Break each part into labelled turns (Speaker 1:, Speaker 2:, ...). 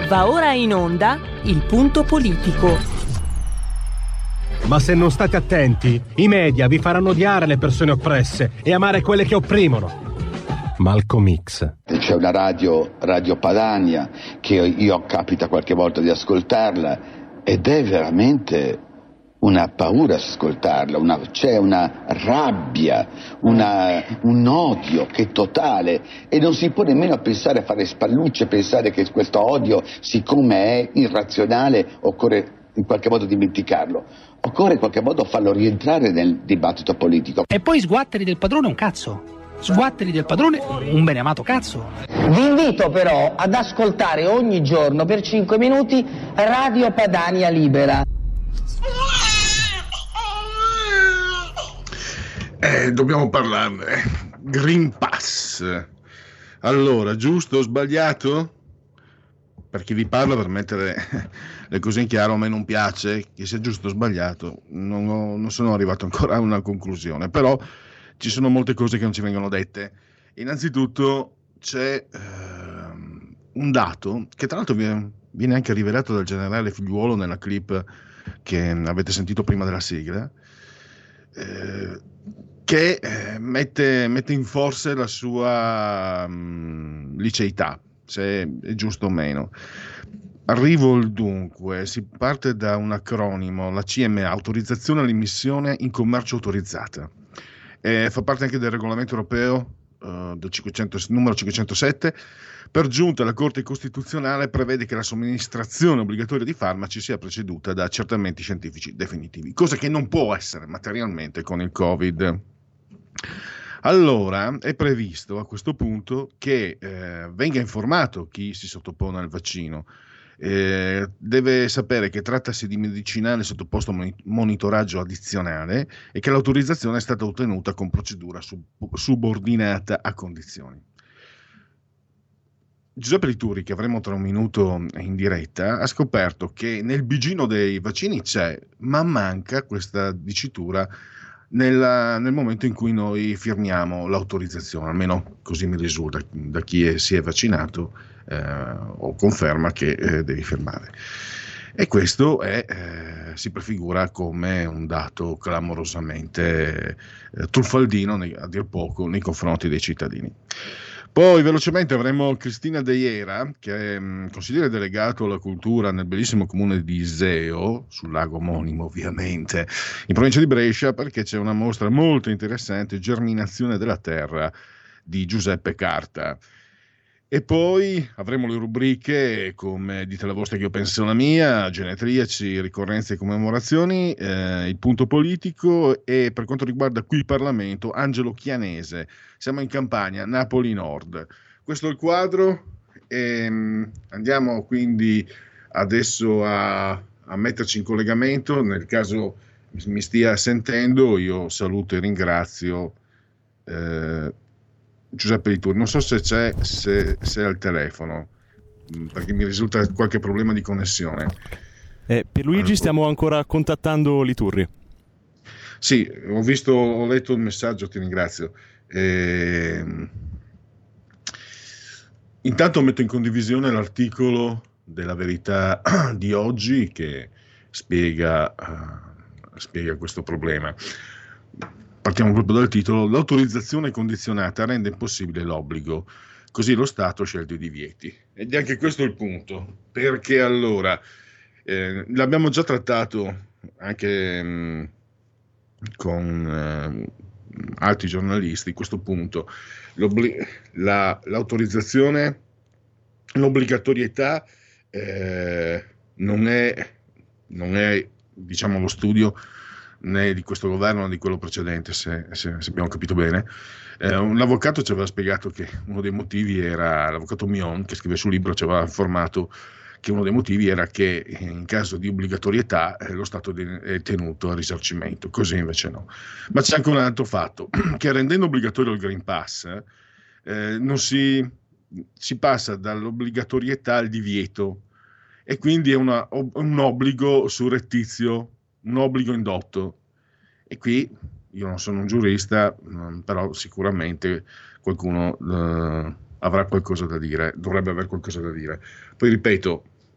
Speaker 1: Va ora in onda il punto politico.
Speaker 2: Ma se non state attenti, i media vi faranno odiare le persone oppresse e amare quelle che opprimono. Malcolm X.
Speaker 3: C'è una radio Padania, che io capita qualche volta di ascoltarla, ed è veramente una paura ascoltarla, c'è una rabbia, un odio che è totale, e non si può nemmeno pensare a fare spallucce, pensare che questo odio, siccome è irrazionale, occorre in qualche modo dimenticarlo, occorre in qualche modo farlo rientrare nel dibattito politico.
Speaker 4: E poi sguatteri del padrone un cazzo, sguatteri del padrone un beneamato cazzo.
Speaker 5: Vi invito però ad ascoltare ogni giorno per 5 minuti Radio Padania Libera.
Speaker 6: Dobbiamo parlarne. Green Pass. Allora, giusto o sbagliato? Per chi vi parla, per mettere le cose in chiaro, a me non piace che sia giusto o sbagliato, non sono arrivato ancora a una conclusione, però ci sono molte cose che non ci vengono dette. Innanzitutto c'è un dato che tra l'altro viene anche rivelato dal generale Figliuolo nella clip che avete sentito prima della sigla, che mette in forse la sua liceità, se è giusto o meno. Arrivo al dunque, si parte da un acronimo, la CMA, autorizzazione all'immissione in commercio autorizzata. Fa parte anche del regolamento europeo numero 507. Per giunta la Corte Costituzionale prevede che la somministrazione obbligatoria di farmaci sia preceduta da accertamenti scientifici definitivi, cosa che non può essere materialmente con il Covid. Allora è previsto a questo punto che venga informato chi si sottopone al vaccino. Deve sapere che trattasi di medicinale sottoposto a monitoraggio addizionale e che l'autorizzazione è stata ottenuta con procedura subordinata a condizioni. Giuseppe Liturri, che avremo tra un minuto in diretta, ha scoperto che nel bigino dei vaccini c'è, ma manca questa dicitura nel momento in cui noi firmiamo l'autorizzazione, almeno così mi risulta da chi si è vaccinato o conferma che devi firmare. E questo si prefigura come un dato clamorosamente truffaldino, a dir poco, nei confronti dei cittadini. Poi velocemente avremo Cristina De Iera, che è consigliere delegato alla cultura nel bellissimo comune di Iseo, sul lago omonimo ovviamente, in provincia di Brescia, perché c'è una mostra molto interessante, Germinazione della Terra, di Giuseppe Carta. E poi avremo le rubriche come Dite la vostra che io penso la mia, genetriaci, ricorrenze e commemorazioni, il punto politico, e per quanto riguarda qui il Parlamento, Angelo Chianese. Siamo in Campania, Napoli Nord. Questo è il quadro. Andiamo quindi adesso a metterci in collegamento. Nel caso mi stia sentendo, io saluto e ringrazio Giuseppe Liturri. Non so se è al telefono, perché mi risulta qualche problema di connessione.
Speaker 7: Pierluigi, stiamo ancora contattando Liturri.
Speaker 6: Sì, ho letto il messaggio, ti ringrazio. Intanto metto in condivisione l'articolo della Verità di oggi che spiega questo problema. Partiamo proprio dal titolo: l'autorizzazione condizionata rende impossibile l'obbligo, così lo Stato sceglie i divieti. Ed è anche questo il punto, perché allora l'abbiamo già trattato anche con altri giornalisti questo punto. L'autorizzazione, l'obbligatorietà non è diciamo lo studio né di questo governo né di quello precedente, se abbiamo capito bene. Un avvocato ci aveva spiegato che uno dei motivi era, l'avvocato Mion, che scrive sul libro, ci aveva informato che uno dei motivi era che in caso di obbligatorietà lo Stato è tenuto al risarcimento, così invece no. Ma c'è anche un altro fatto, che rendendo obbligatorio il Green Pass non si passa dall'obbligatorietà al divieto, e quindi è un obbligo surrettizio, un obbligo indotto. E qui io non sono un giurista, però sicuramente qualcuno avrà qualcosa da dire, dovrebbe aver qualcosa da dire. Poi ripeto,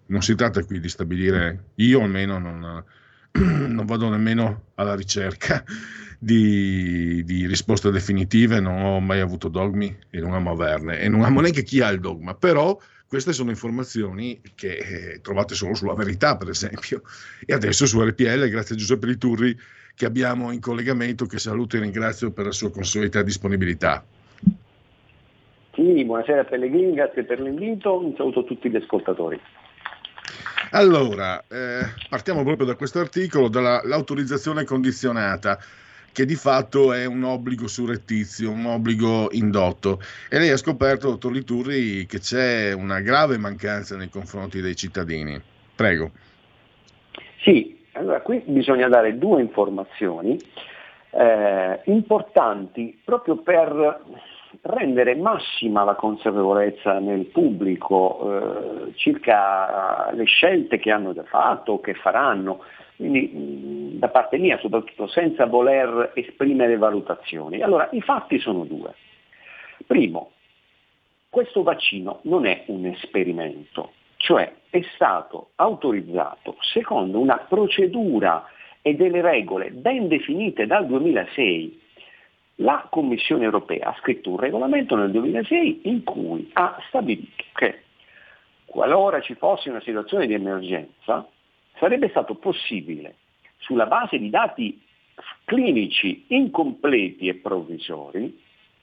Speaker 6: Non si tratta qui di stabilire, io almeno non vado nemmeno alla ricerca di risposte definitive, non ho mai avuto dogmi e non amo averne, e non amo neanche chi ha il dogma, però queste sono informazioni che trovate solo sulla Verità, per esempio, e adesso su RPL, grazie a Giuseppe Liturri che abbiamo in collegamento, che saluto e ringrazio per la sua consueta disponibilità.
Speaker 8: Sì, buonasera Pellegrini, grazie per l'invito, un saluto a tutti gli ascoltatori.
Speaker 6: Allora, partiamo proprio da questo articolo, dall'autorizzazione condizionata, che di fatto è un obbligo surrettizio, un obbligo indotto. E lei ha scoperto, dottor Liturri, che c'è una grave mancanza nei confronti dei cittadini. Prego.
Speaker 8: Sì, allora qui bisogna dare due informazioni importanti proprio per rendere massima la consapevolezza nel pubblico circa le scelte che hanno già fatto o che faranno, quindi da parte mia soprattutto, senza voler esprimere valutazioni. Allora, i fatti sono due. Primo, questo vaccino non è un esperimento, cioè è stato autorizzato secondo una procedura e delle regole ben definite dal 2006. La Commissione europea ha scritto un regolamento nel 2006 in cui ha stabilito che qualora ci fosse una situazione di emergenza sarebbe stato possibile, sulla base di dati clinici incompleti e provvisori,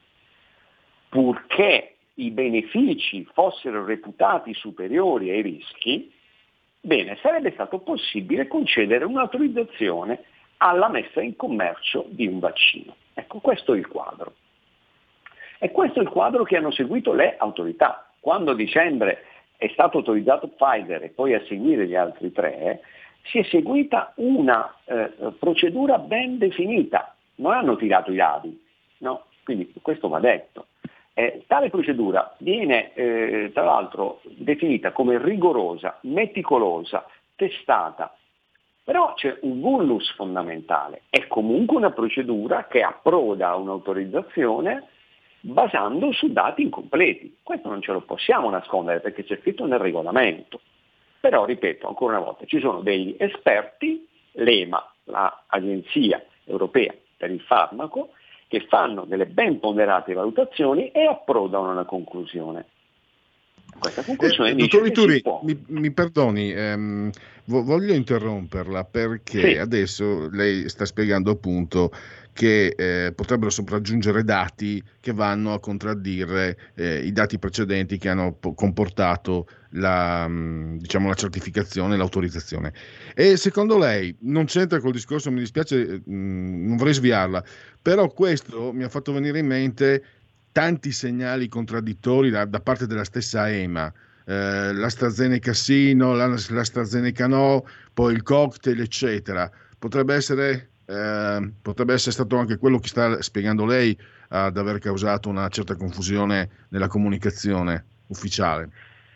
Speaker 8: purché i benefici fossero reputati superiori ai rischi, bene, sarebbe stato possibile concedere un'autorizzazione alla messa in commercio di un vaccino. Ecco, questo è il quadro. E questo è il quadro che hanno seguito le autorità. Quando a dicembre è stato autorizzato Pfizer e poi a seguire gli altri tre, si è seguita una procedura ben definita. Non hanno tirato i dadi, no? Quindi questo va detto. Tale procedura viene tra l'altro definita come rigorosa, meticolosa, testata. Però c'è un vulnus fondamentale, è comunque una procedura che approda a un'autorizzazione basando su dati incompleti. Questo non ce lo possiamo nascondere perché c'è scritto nel regolamento. Però, ripeto ancora una volta, ci sono degli esperti, l'EMA, l'Agenzia Europea per il Farmaco, che fanno delle ben ponderate valutazioni e approdano a una conclusione. Questa conclusione dice
Speaker 6: dottor
Speaker 8: che
Speaker 6: Liturri,
Speaker 8: si può.
Speaker 6: mi perdoni, voglio interromperla perché
Speaker 8: Sì.
Speaker 6: adesso lei sta spiegando appunto che potrebbero sopraggiungere dati che vanno a contraddire i dati precedenti che hanno comportato la certificazione, l'autorizzazione. E secondo lei non c'entra col discorso, mi dispiace, non vorrei sviarla, però questo mi ha fatto venire in mente tanti segnali contraddittori da parte della stessa EMA. L'AstraZeneca sì, no, l'AstraZeneca no, poi il cocktail, eccetera. Potrebbe essere stato anche quello che sta spiegando lei ad aver causato una certa confusione nella comunicazione ufficiale.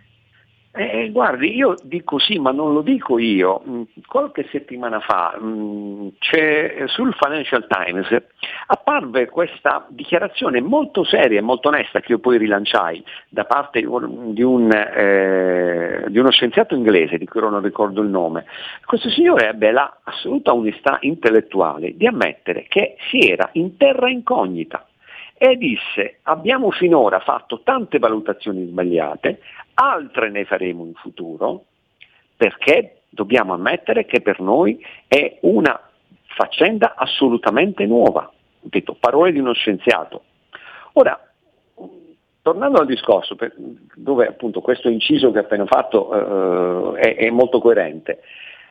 Speaker 8: Guardi, io dico sì, ma non lo dico io. Qualche settimana fa sul Financial Times apparve questa dichiarazione molto seria e molto onesta che io poi rilanciai da parte di uno scienziato inglese di cui non ricordo il nome. Questo signore ebbe la assoluta onestà intellettuale di ammettere che si era in terra incognita e disse: abbiamo finora fatto tante valutazioni sbagliate, altre ne faremo in futuro, perché dobbiamo ammettere che per noi è una faccenda assolutamente nuova. Ripeto, parole di uno scienziato. Ora, tornando al discorso, dove appunto questo inciso che ho appena fatto è molto coerente,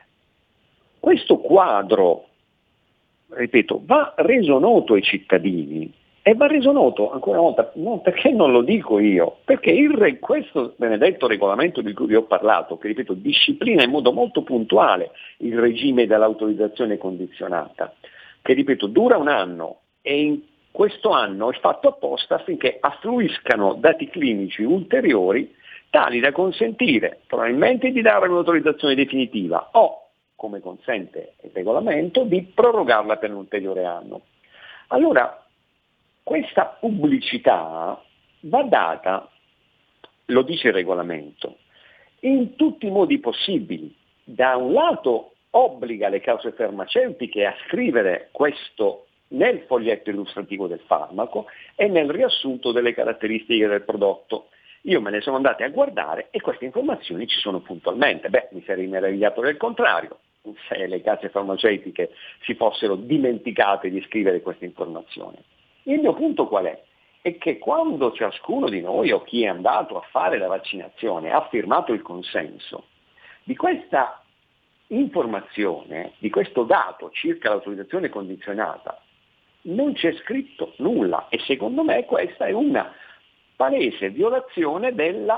Speaker 8: questo quadro, ripeto, va reso noto ai cittadini. E va reso noto, ancora una volta, non perché non lo dico io, perché questo benedetto regolamento di cui vi ho parlato, che ripeto disciplina in modo molto puntuale il regime dell'autorizzazione condizionata, che ripeto dura un anno e in questo anno è fatto apposta affinché affluiscano dati clinici ulteriori tali da consentire probabilmente di dare un'autorizzazione definitiva o, come consente il regolamento, di prorogarla per un ulteriore anno. Allora, questa pubblicità va data, lo dice il regolamento, in tutti i modi possibili. Da un lato obbliga le case farmaceutiche a scrivere questo nel foglietto illustrativo del farmaco e nel riassunto delle caratteristiche del prodotto. Io me ne sono andate a guardare e queste informazioni ci sono puntualmente. Mi sarei meravigliato del contrario, se le case farmaceutiche si fossero dimenticate di scrivere queste informazioni. Il mio punto qual è? È che quando ciascuno di noi o chi è andato a fare la vaccinazione ha firmato il consenso, di questa informazione, di questo dato circa l'autorizzazione condizionata, non c'è scritto nulla e secondo me questa è una palese violazione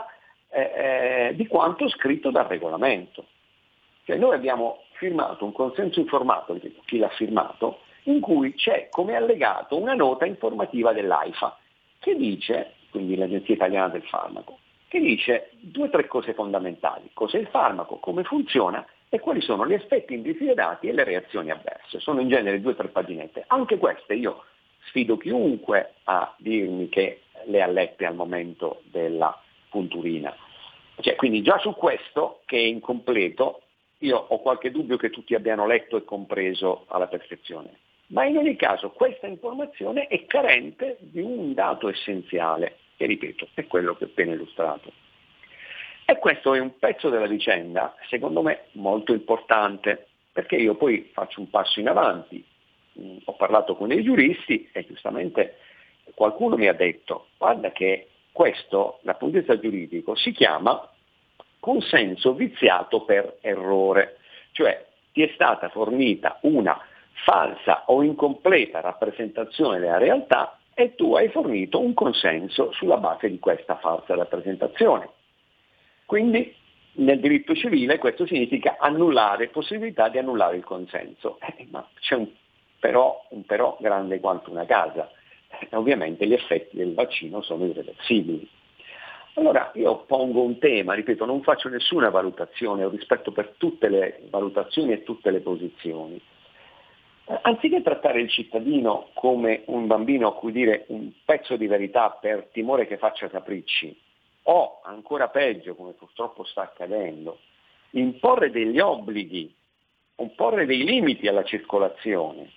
Speaker 8: di quanto scritto dal regolamento. Cioè noi abbiamo firmato un consenso informato, chi l'ha firmato, in cui c'è come allegato una nota informativa dell'AIFA che dice, quindi l'Agenzia Italiana del Farmaco, che dice 2 o 3 cose fondamentali: cos'è il farmaco, come funziona e quali sono gli effetti indesiderati e le reazioni avverse. Sono in genere 2 o 3 paginette. Anche queste io sfido chiunque a dirmi che le ha lette al momento della punturina. Quindi già su questo, che è incompleto, io ho qualche dubbio che tutti abbiano letto e compreso alla perfezione. Ma in ogni caso questa informazione è carente di un dato essenziale, che ripeto, è quello che ho appena illustrato. E questo è un pezzo della vicenda, secondo me, molto importante, perché io poi faccio un passo in avanti. Ho parlato con i giuristi e giustamente qualcuno mi ha detto: guarda che questo, dal punto di vista giuridico, si chiama consenso viziato per errore, cioè ti è stata fornita una falsa o incompleta rappresentazione della realtà e tu hai fornito un consenso sulla base di questa falsa rappresentazione. Quindi nel diritto civile questo significa annullare, possibilità di annullare il consenso. Ma c'è un però grande quanto una casa. Ovviamente gli effetti del vaccino sono irreversibili. Allora io pongo un tema, ripeto, non faccio nessuna valutazione, ho rispetto per tutte le valutazioni e tutte le posizioni. Anziché trattare il cittadino come un bambino a cui dire un pezzo di verità per timore che faccia capricci, o ancora peggio, come purtroppo sta accadendo, imporre degli obblighi, imporre dei limiti alla circolazione,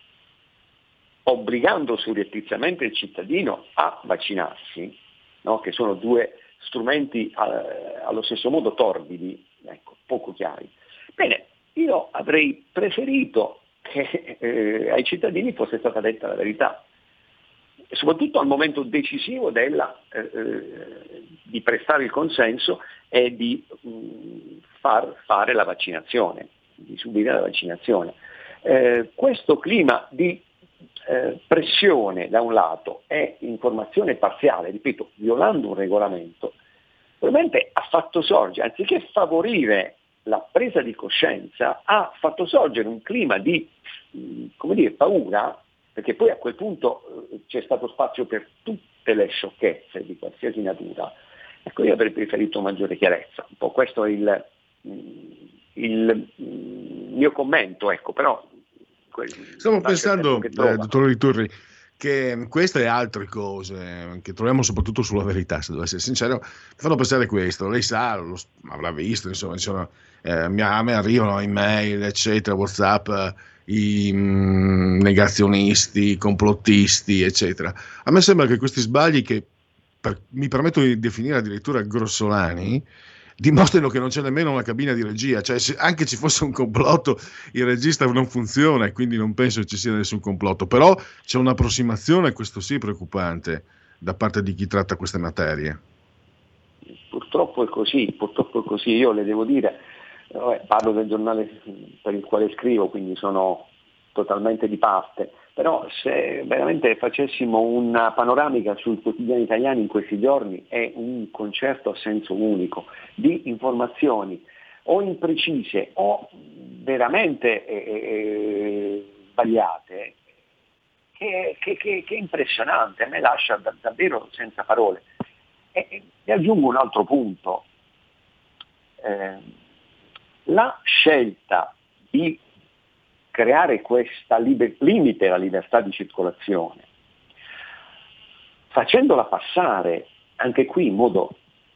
Speaker 8: obbligando surrettiziamente il cittadino a vaccinarsi, no? Che sono 2 strumenti allo stesso modo torbidi, poco chiari. Bene, io avrei preferito che ai cittadini fosse stata detta la verità, soprattutto al momento decisivo di prestare il consenso e di far fare la vaccinazione, di subire la vaccinazione. Questo clima di pressione da un lato e informazione parziale, ripeto, violando un regolamento, probabilmente ha fatto sorgere, anziché favorire la presa di coscienza, ha fatto sorgere un clima di paura, perché poi a quel punto c'è stato spazio per tutte le sciocchezze di qualsiasi natura. Ecco, io avrei preferito maggiore chiarezza, un po' questo è il mio commento, però
Speaker 6: stavo pensando, dottor Liturri, che queste e altre cose che troviamo soprattutto sulla verità, se devo essere sincero, mi fanno pensare questo. Lei sa, avrà visto, insomma a me arrivano email, eccetera, WhatsApp, i negazionisti, i complottisti, eccetera. A me sembra che questi sbagli, che mi permetto di definire addirittura grossolani, dimostrano che non c'è nemmeno una cabina di regia, cioè se anche ci fosse un complotto il regista non funziona e quindi non penso ci sia nessun complotto, però c'è un'approssimazione, questo sì, preoccupante da parte di chi tratta queste materie. Purtroppo è così, io le devo dire, parlo del giornale per il quale scrivo, quindi sono totalmente di parte, però se veramente facessimo una panoramica sui quotidiani italiani in questi giorni è un concerto a senso unico di informazioni o imprecise o veramente sbagliate, che è impressionante, a me lascia davvero senza parole. E aggiungo un altro punto, la scelta di creare questa limite alla libertà di circolazione, facendola passare anche qui in modo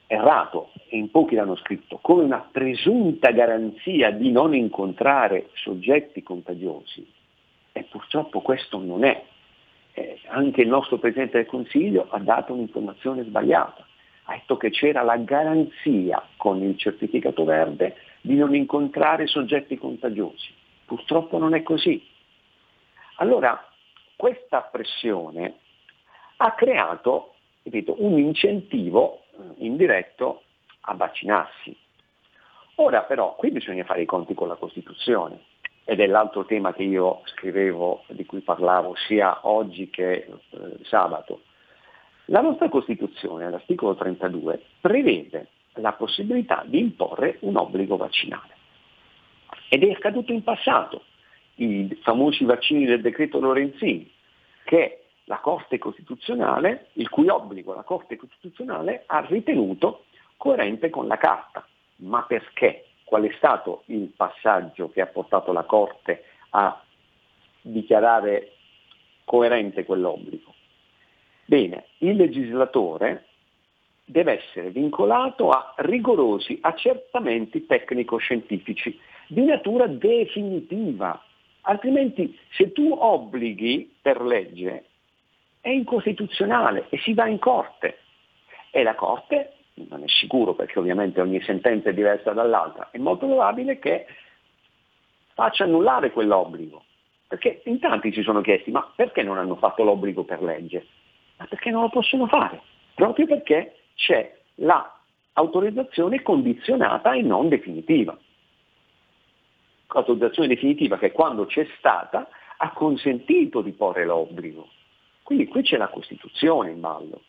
Speaker 8: errato, e in pochi l'hanno scritto, come una presunta garanzia di non incontrare soggetti contagiosi, e purtroppo questo non è. Anche il nostro Presidente del Consiglio ha dato un'informazione sbagliata, ha detto che c'era la garanzia con il certificato verde di non incontrare soggetti contagiosi. Purtroppo non è così. Allora, questa pressione ha creato, ripeto, un incentivo indiretto a vaccinarsi. Ora però, qui bisogna fare i conti con la Costituzione, ed è l'altro tema che io scrivevo, di cui parlavo sia oggi che sabato. La nostra Costituzione, all'articolo 32, prevede la possibilità di imporre un obbligo vaccinale. Ed è accaduto in passato, i famosi vaccini del decreto Lorenzin, che la Corte Costituzionale, il cui obbligo la Corte Costituzionale ha ritenuto coerente con la Carta. Ma perché? Qual è stato il passaggio che ha portato la Corte a dichiarare coerente quell'obbligo? Bene, il legislatore deve essere vincolato a rigorosi accertamenti tecnico-scientifici di natura definitiva, altrimenti se tu obblighi per legge è incostituzionale e si va in Corte, e la Corte non è sicuro, perché ovviamente ogni sentenza è diversa dall'altra, è molto probabile che faccia annullare quell'obbligo, perché in tanti si sono chiesti ma perché non hanno fatto l'obbligo per legge? Ma perché non lo possono fare? Proprio perché c'è l'autorizzazione condizionata e non definitiva. L'autorizzazione definitiva che quando c'è stata ha consentito di porre l'obbligo. Quindi qui c'è la Costituzione in ballo.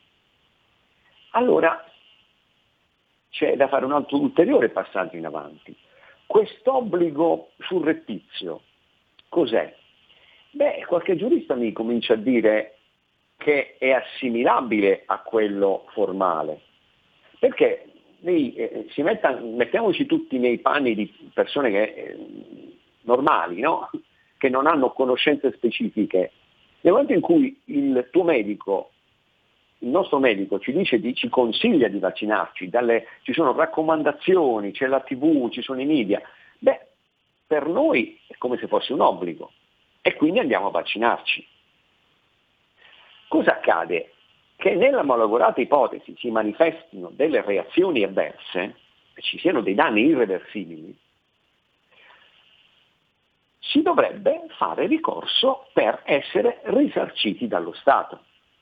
Speaker 8: Allora c'è da fare un altro ulteriore passaggio in avanti. Quest'obbligo surrettizio cos'è? Beh, qualche giurista mi comincia a dire che è assimilabile a quello formale, perché mettiamoci tutti nei panni di persone normali, no? Che non hanno conoscenze specifiche. Nel momento in cui il tuo medico, il nostro medico ci consiglia di vaccinarci, ci sono raccomandazioni, c'è la TV, ci sono i media, beh, per noi è come se fosse un obbligo e quindi andiamo a vaccinarci. Cosa accade? Che nella malaugurata ipotesi si manifestino delle reazioni avverse e ci siano dei danni irreversibili, si dovrebbe fare ricorso per essere risarciti dallo Stato.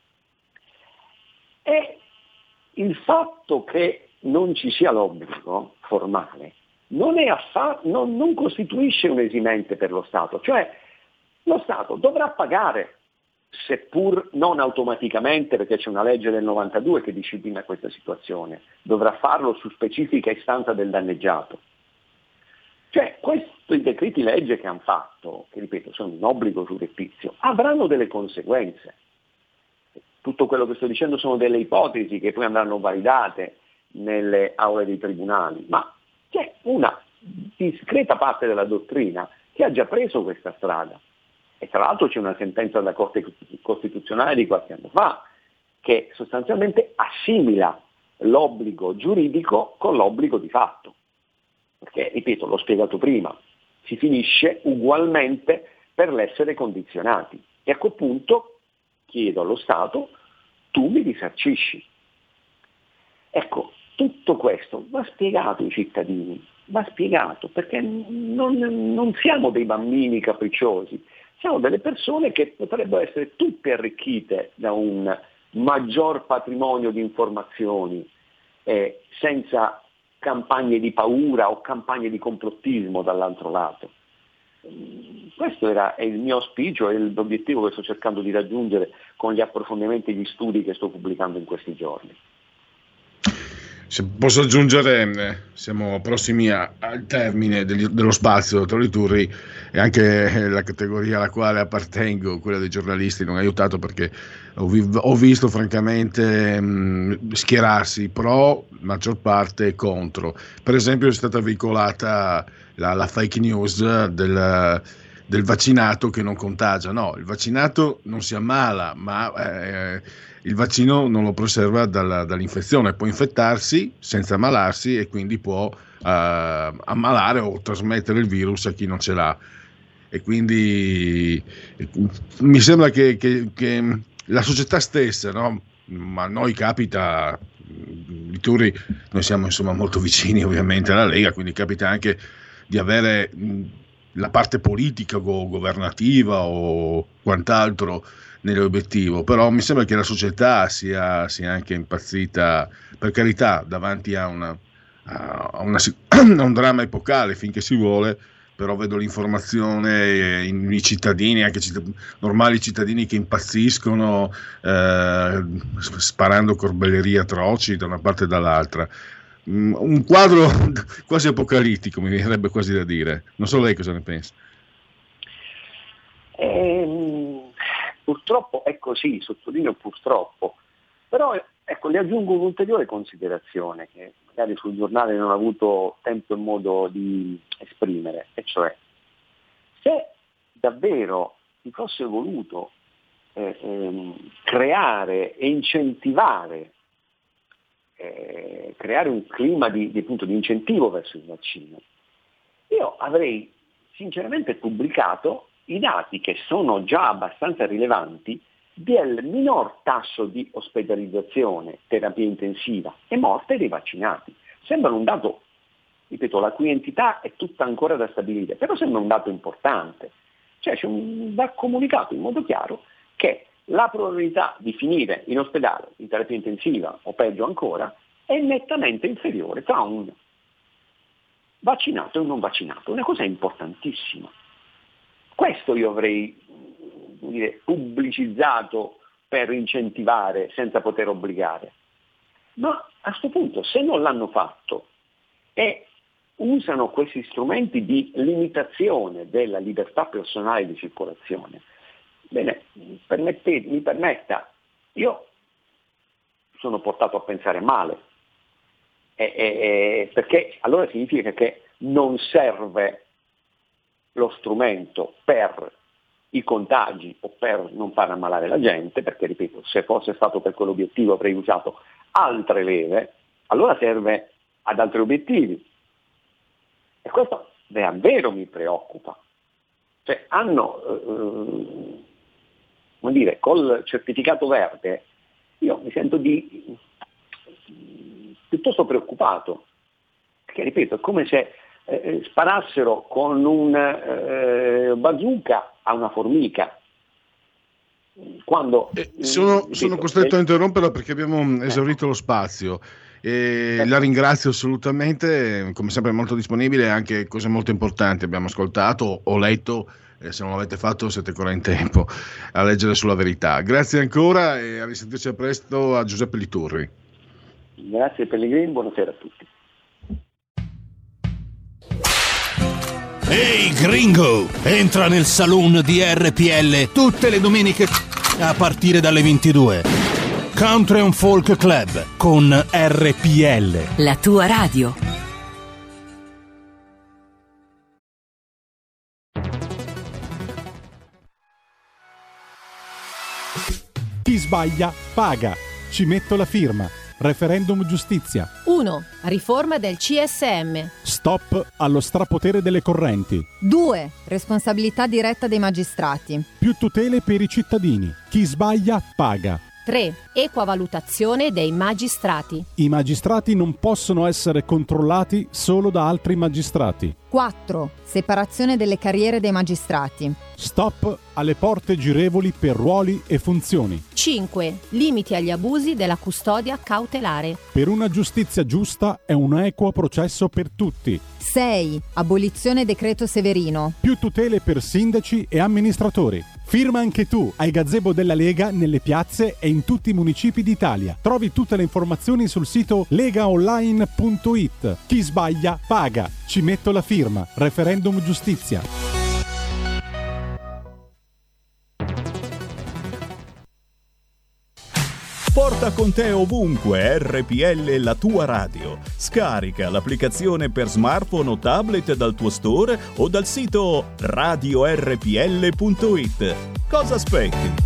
Speaker 8: E il fatto che non ci sia l'obbligo formale non costituisce un esimente per lo Stato, cioè lo Stato dovrà pagare, seppur non automaticamente, perché c'è una legge del 92 che disciplina questa situazione, dovrà farlo su specifica istanza del danneggiato. Cioè questi decreti legge che hanno fatto, che ripeto sono un obbligo surrettizio, avranno delle conseguenze. Tutto quello che sto dicendo sono delle ipotesi che poi andranno validate nelle aule dei tribunali, ma c'è una discreta parte della dottrina che ha già preso questa strada. E tra l'altro c'è una sentenza della Corte Costituzionale di qualche anno fa che sostanzialmente assimila l'obbligo giuridico con l'obbligo di fatto. Perché, ripeto, l'ho spiegato prima, si finisce ugualmente per l'essere condizionati. E a quel punto chiedo allo Stato, tu mi risarcisci. Ecco, tutto questo va spiegato ai cittadini, va spiegato, perché non siamo dei bambini capricciosi, siamo delle persone che potrebbero essere tutte arricchite da un maggior patrimonio di informazioni, senza campagne di paura o campagne di complottismo dall'altro lato. Questo è il mio auspicio e l'obiettivo che sto cercando di raggiungere con gli approfondimenti e gli studi che sto pubblicando in questi giorni.
Speaker 6: Se posso aggiungere, siamo prossimi al termine dello spazio, dottor Liturri, e anche la categoria alla quale appartengo, quella dei giornalisti, non ha aiutato, perché ho visto francamente schierarsi pro, maggior parte contro. Per esempio è stata vincolata la fake news del vaccinato che non contagia. No, il vaccinato non si ammala, ma il vaccino non lo preserva dall'infezione, può infettarsi senza ammalarsi e quindi può ammalare o trasmettere il virus a chi non ce l'ha. E quindi mi sembra che la società stessa, no? Ma a noi capita, Liturri, noi siamo insomma molto vicini ovviamente alla Lega, quindi capita anche di avere la parte politica o governativa o quant'altro nell'obiettivo, però mi sembra che la società sia anche impazzita, per carità, davanti a un dramma epocale finché si vuole, però vedo l'informazione i cittadini, anche normali cittadini che impazziscono sparando corbellerie atroci da una parte e dall'altra. Un quadro quasi apocalittico, mi verrebbe quasi da dire. Non so lei cosa ne pensa.
Speaker 8: Purtroppo è così, sottolineo purtroppo, però ecco, le aggiungo un'ulteriore considerazione che magari sul giornale non ho avuto tempo e modo di esprimere, e cioè se davvero si fosse voluto creare e incentivare, creare un clima di incentivo verso il vaccino, io avrei sinceramente pubblicato i dati che sono già abbastanza rilevanti del minor tasso di ospedalizzazione, terapia intensiva e morte dei vaccinati. Sembra un dato, ripeto, la cui entità è tutta ancora da stabilire, però sembra un dato importante. Cioè va comunicato in modo chiaro che la probabilità di finire in ospedale, in terapia intensiva o peggio ancora, è nettamente inferiore tra un vaccinato e un non vaccinato. Una cosa importantissima. Questo io avrei pubblicizzato per incentivare senza poter obbligare. Ma a questo punto, se non l'hanno fatto e usano questi strumenti di limitazione della libertà personale di circolazione, bene, mi permetta, io sono portato a pensare male, perché allora significa che non serve lo strumento per i contagi o per non far ammalare la gente, perché ripeto, se fosse stato per quell'obiettivo avrei usato altre leve, allora serve ad altri obiettivi. E questo davvero mi preoccupa. Cioè hanno, col certificato verde, io mi sento piuttosto preoccupato, perché ripeto, è come se sparassero con un bazooka a una formica. Quando
Speaker 6: sono costretto a interromperla perché abbiamo esaurito lo spazio. La ringrazio assolutamente, come sempre molto disponibile, anche cose molto importanti abbiamo ascoltato, ho letto, se non l'avete fatto siete ancora in tempo a leggere sulla Verità. Grazie ancora e a risentirci a presto a Giuseppe Liturri.
Speaker 8: Grazie Pellegrini, buonasera a tutti.
Speaker 9: Ehi gringo, entra nel saloon di RPL tutte le domeniche a partire dalle 22. Country and Folk Club con RPL,
Speaker 1: la tua radio.
Speaker 10: Chi sbaglia paga. Ci metto la firma. Referendum giustizia.
Speaker 11: 1. Riforma del CSM.
Speaker 10: Stop allo strapotere delle correnti.
Speaker 11: 2. Responsabilità diretta dei magistrati.
Speaker 10: Più tutele per i cittadini. Chi sbaglia paga.
Speaker 11: 3. Equa valutazione dei magistrati.
Speaker 10: I magistrati non possono essere controllati solo da altri magistrati.
Speaker 11: 4. Separazione delle carriere dei magistrati.
Speaker 10: Stop alle porte girevoli per ruoli e funzioni.
Speaker 11: 5. Limiti agli abusi della custodia cautelare.
Speaker 10: Per una giustizia giusta e un equo processo per tutti.
Speaker 11: 6. Abolizione decreto Severino.
Speaker 10: Più tutele per sindaci e amministratori. Firma anche tu ai gazebo della Lega nelle piazze e in tutti i municipi d'Italia. Trovi tutte le informazioni sul sito legaonline.it. Chi sbaglia paga. Ci metto la firma. Referendum giustizia.
Speaker 12: Porta Porta con te ovunque RPL, la tua radio. Scarica l'applicazione per smartphone o tablet dal tuo store o dal sito radiorpl.it. Cosa aspetti?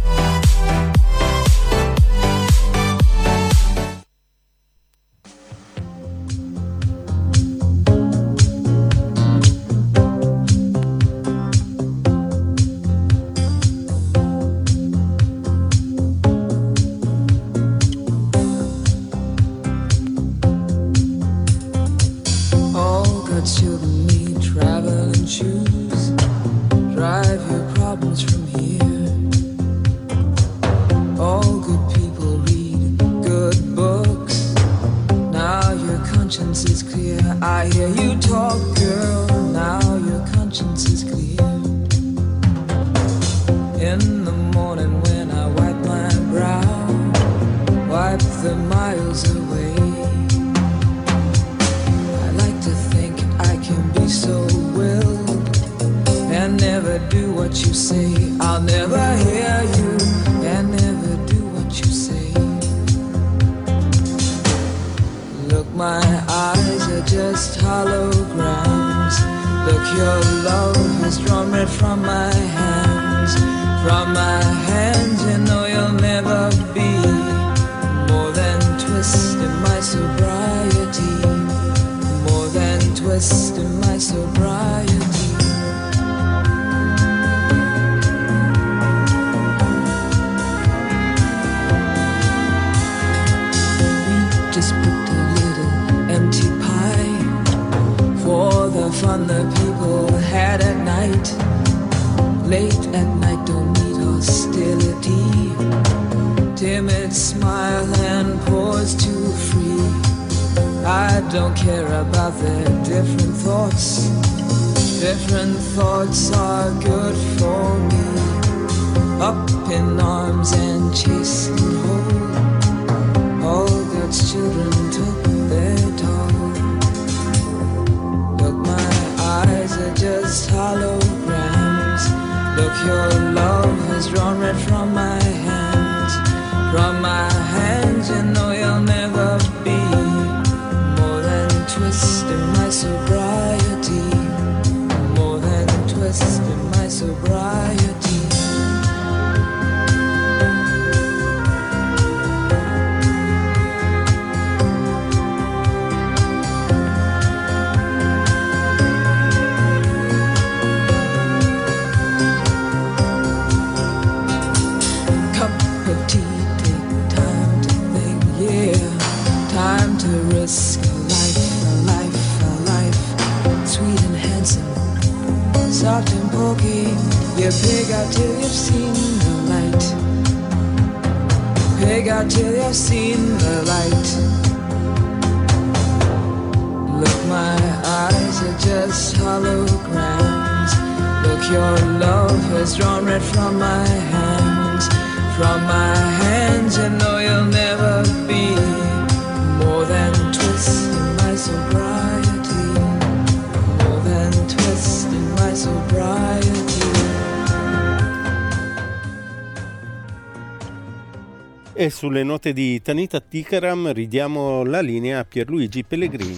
Speaker 13: E sulle note di Tanita Tikaram ridiamo la linea a Pierluigi Pellegrini.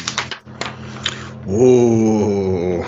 Speaker 6: Oh,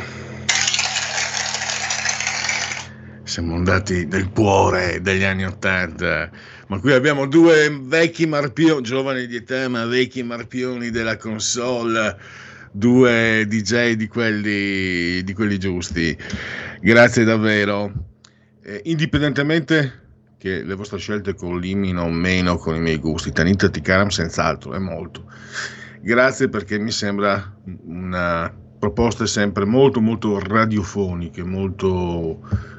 Speaker 6: siamo andati nel cuore degli anni '80, ma qui abbiamo due vecchi marpioni, giovani di età ma vecchi marpioni della console, due DJ di quelli giusti. Grazie davvero. Indipendentemente che le vostre scelte collimino o meno con i miei gusti, Tanita Tikaram senz'altro è molto. Grazie, perché mi sembra una proposta sempre molto molto radiofoniche, molto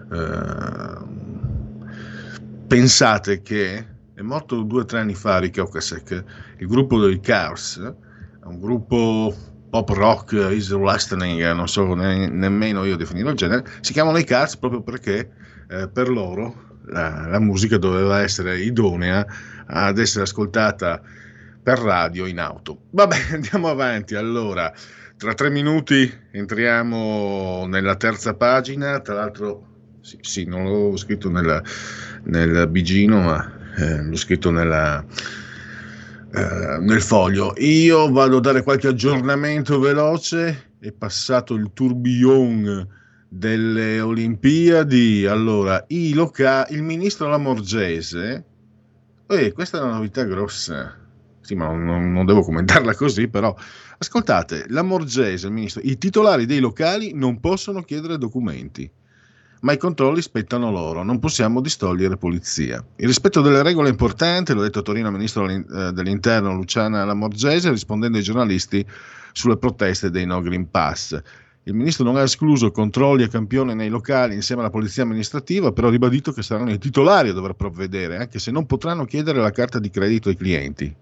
Speaker 6: pensate. Che è morto 2 o 3 anni fa Ricky Ocasek, il gruppo dei Cars, un gruppo pop rock, easy listening, non so nemmeno io definire il genere. Si chiamano i Cars proprio perché per loro la musica doveva essere idonea ad essere ascoltata per radio in auto. Vabbè, andiamo avanti. Allora, tra 3 minuti entriamo nella terza pagina. Tra l'altro sì, non l'ho scritto nel bigino, ma l'ho scritto nel foglio. Io vado a dare qualche aggiornamento veloce. È passato il tourbillon delle Olimpiadi. Allora, il ministro Lamorgese, questa è una novità grossa. Sì, ma non devo commentarla così, però ascoltate, Lamorgese, il ministro, i titolari dei locali non possono chiedere documenti, ma i controlli spettano loro, non possiamo distogliere polizia. Il rispetto delle regole è importante, l'ho detto a Torino al ministro dell'interno Luciana Lamorgese, rispondendo ai giornalisti sulle proteste dei no Green Pass. Il ministro non ha escluso controlli a campione nei locali insieme alla polizia amministrativa, però ha ribadito che saranno i titolari a dover provvedere, anche se non potranno chiedere la carta di credito ai clienti.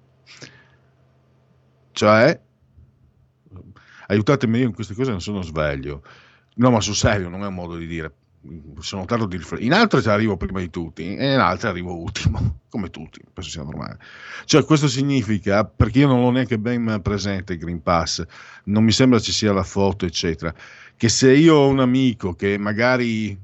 Speaker 6: Cioè, aiutatemi, io in queste cose non sono sveglio. No, ma sul serio, non è un modo di dire. Sono tardo di riflettere. In altre arrivo prima di tutti e in altre arrivo ultimo, come tutti, penso sia normale. Cioè, questo significa, perché io non l'ho neanche ben presente il Green Pass, non mi sembra ci sia la foto, eccetera, che se io ho un amico che magari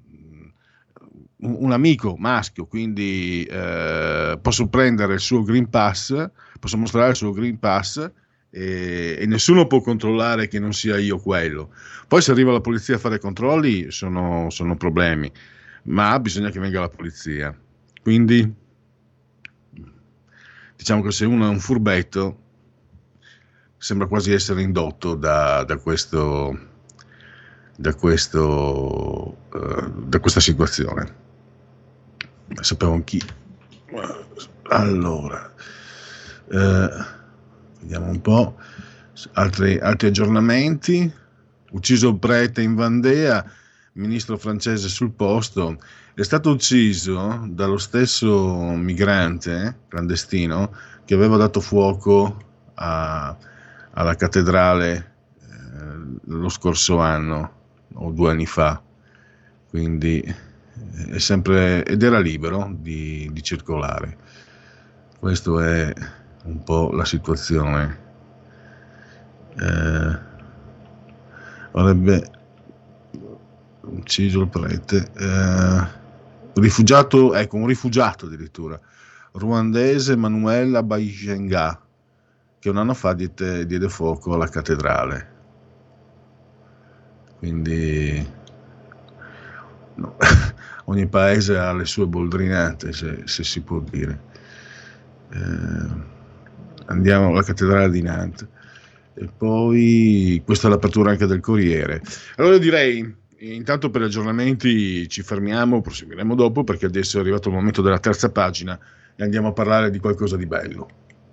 Speaker 6: un amico maschio, quindi posso prendere il suo Green Pass, posso mostrare il suo Green Pass e nessuno può controllare che non sia io quello. Poi se arriva la polizia a fare controlli sono problemi, ma bisogna che venga la polizia. Quindi diciamo che se uno è un furbetto sembra quasi essere indotto da questa situazione. Sapevo anch'io. Allora, vediamo un po'. Altri aggiornamenti. Ucciso il prete in Vandea, ministro francese sul posto. È stato ucciso dallo stesso migrante clandestino che aveva dato fuoco alla cattedrale lo scorso anno o 2 anni fa. Quindi è sempre, ed era libero di circolare. Questo è un po' la situazione. Avrebbe ucciso il prete, rifugiato, ecco, un rifugiato addirittura ruandese, Manuel Abayenga, che un anno fa diede fuoco alla cattedrale. Quindi no, ogni paese ha le sue boldrinate, se si può dire. Andiamo alla cattedrale di Nantes. E poi questa è l'apertura anche del Corriere. Allora direi, intanto per gli aggiornamenti ci fermiamo, proseguiremo dopo, perché adesso è arrivato il momento della terza pagina e andiamo a parlare di qualcosa di bello.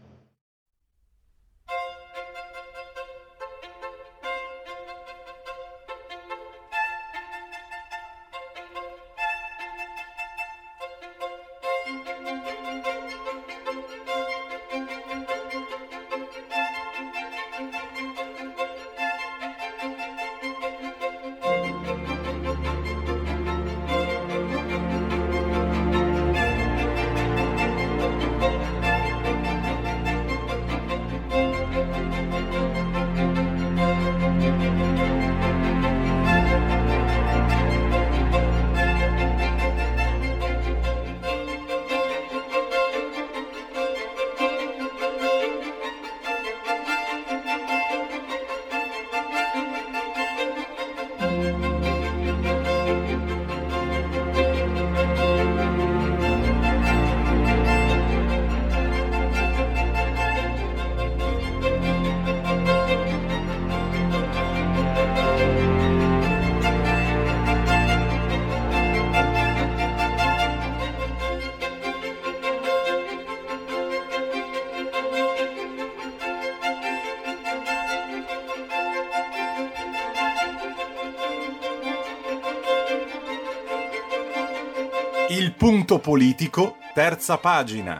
Speaker 9: Il punto politico, terza pagina.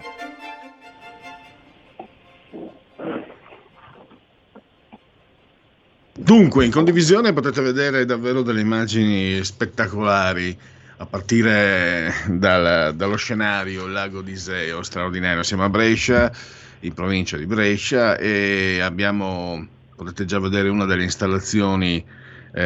Speaker 6: Dunque, in condivisione potete vedere davvero delle immagini spettacolari, a partire dallo scenario, il lago di Iseo, straordinario. Siamo a Brescia, in provincia di Brescia, e potete già vedere una delle installazioni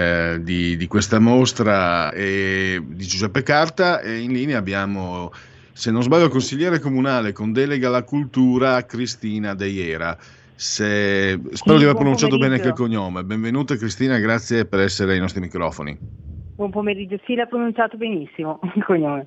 Speaker 6: di questa mostra di Giuseppe Carta, e in linea abbiamo se non sbaglio, consigliere comunale con delega alla cultura, Cristina De Iera. Spero di aver pronunciato bene anche il cognome. Benvenuta Cristina, grazie per essere ai nostri microfoni.
Speaker 14: Buon pomeriggio, sì, l'ha pronunciato benissimo il cognome.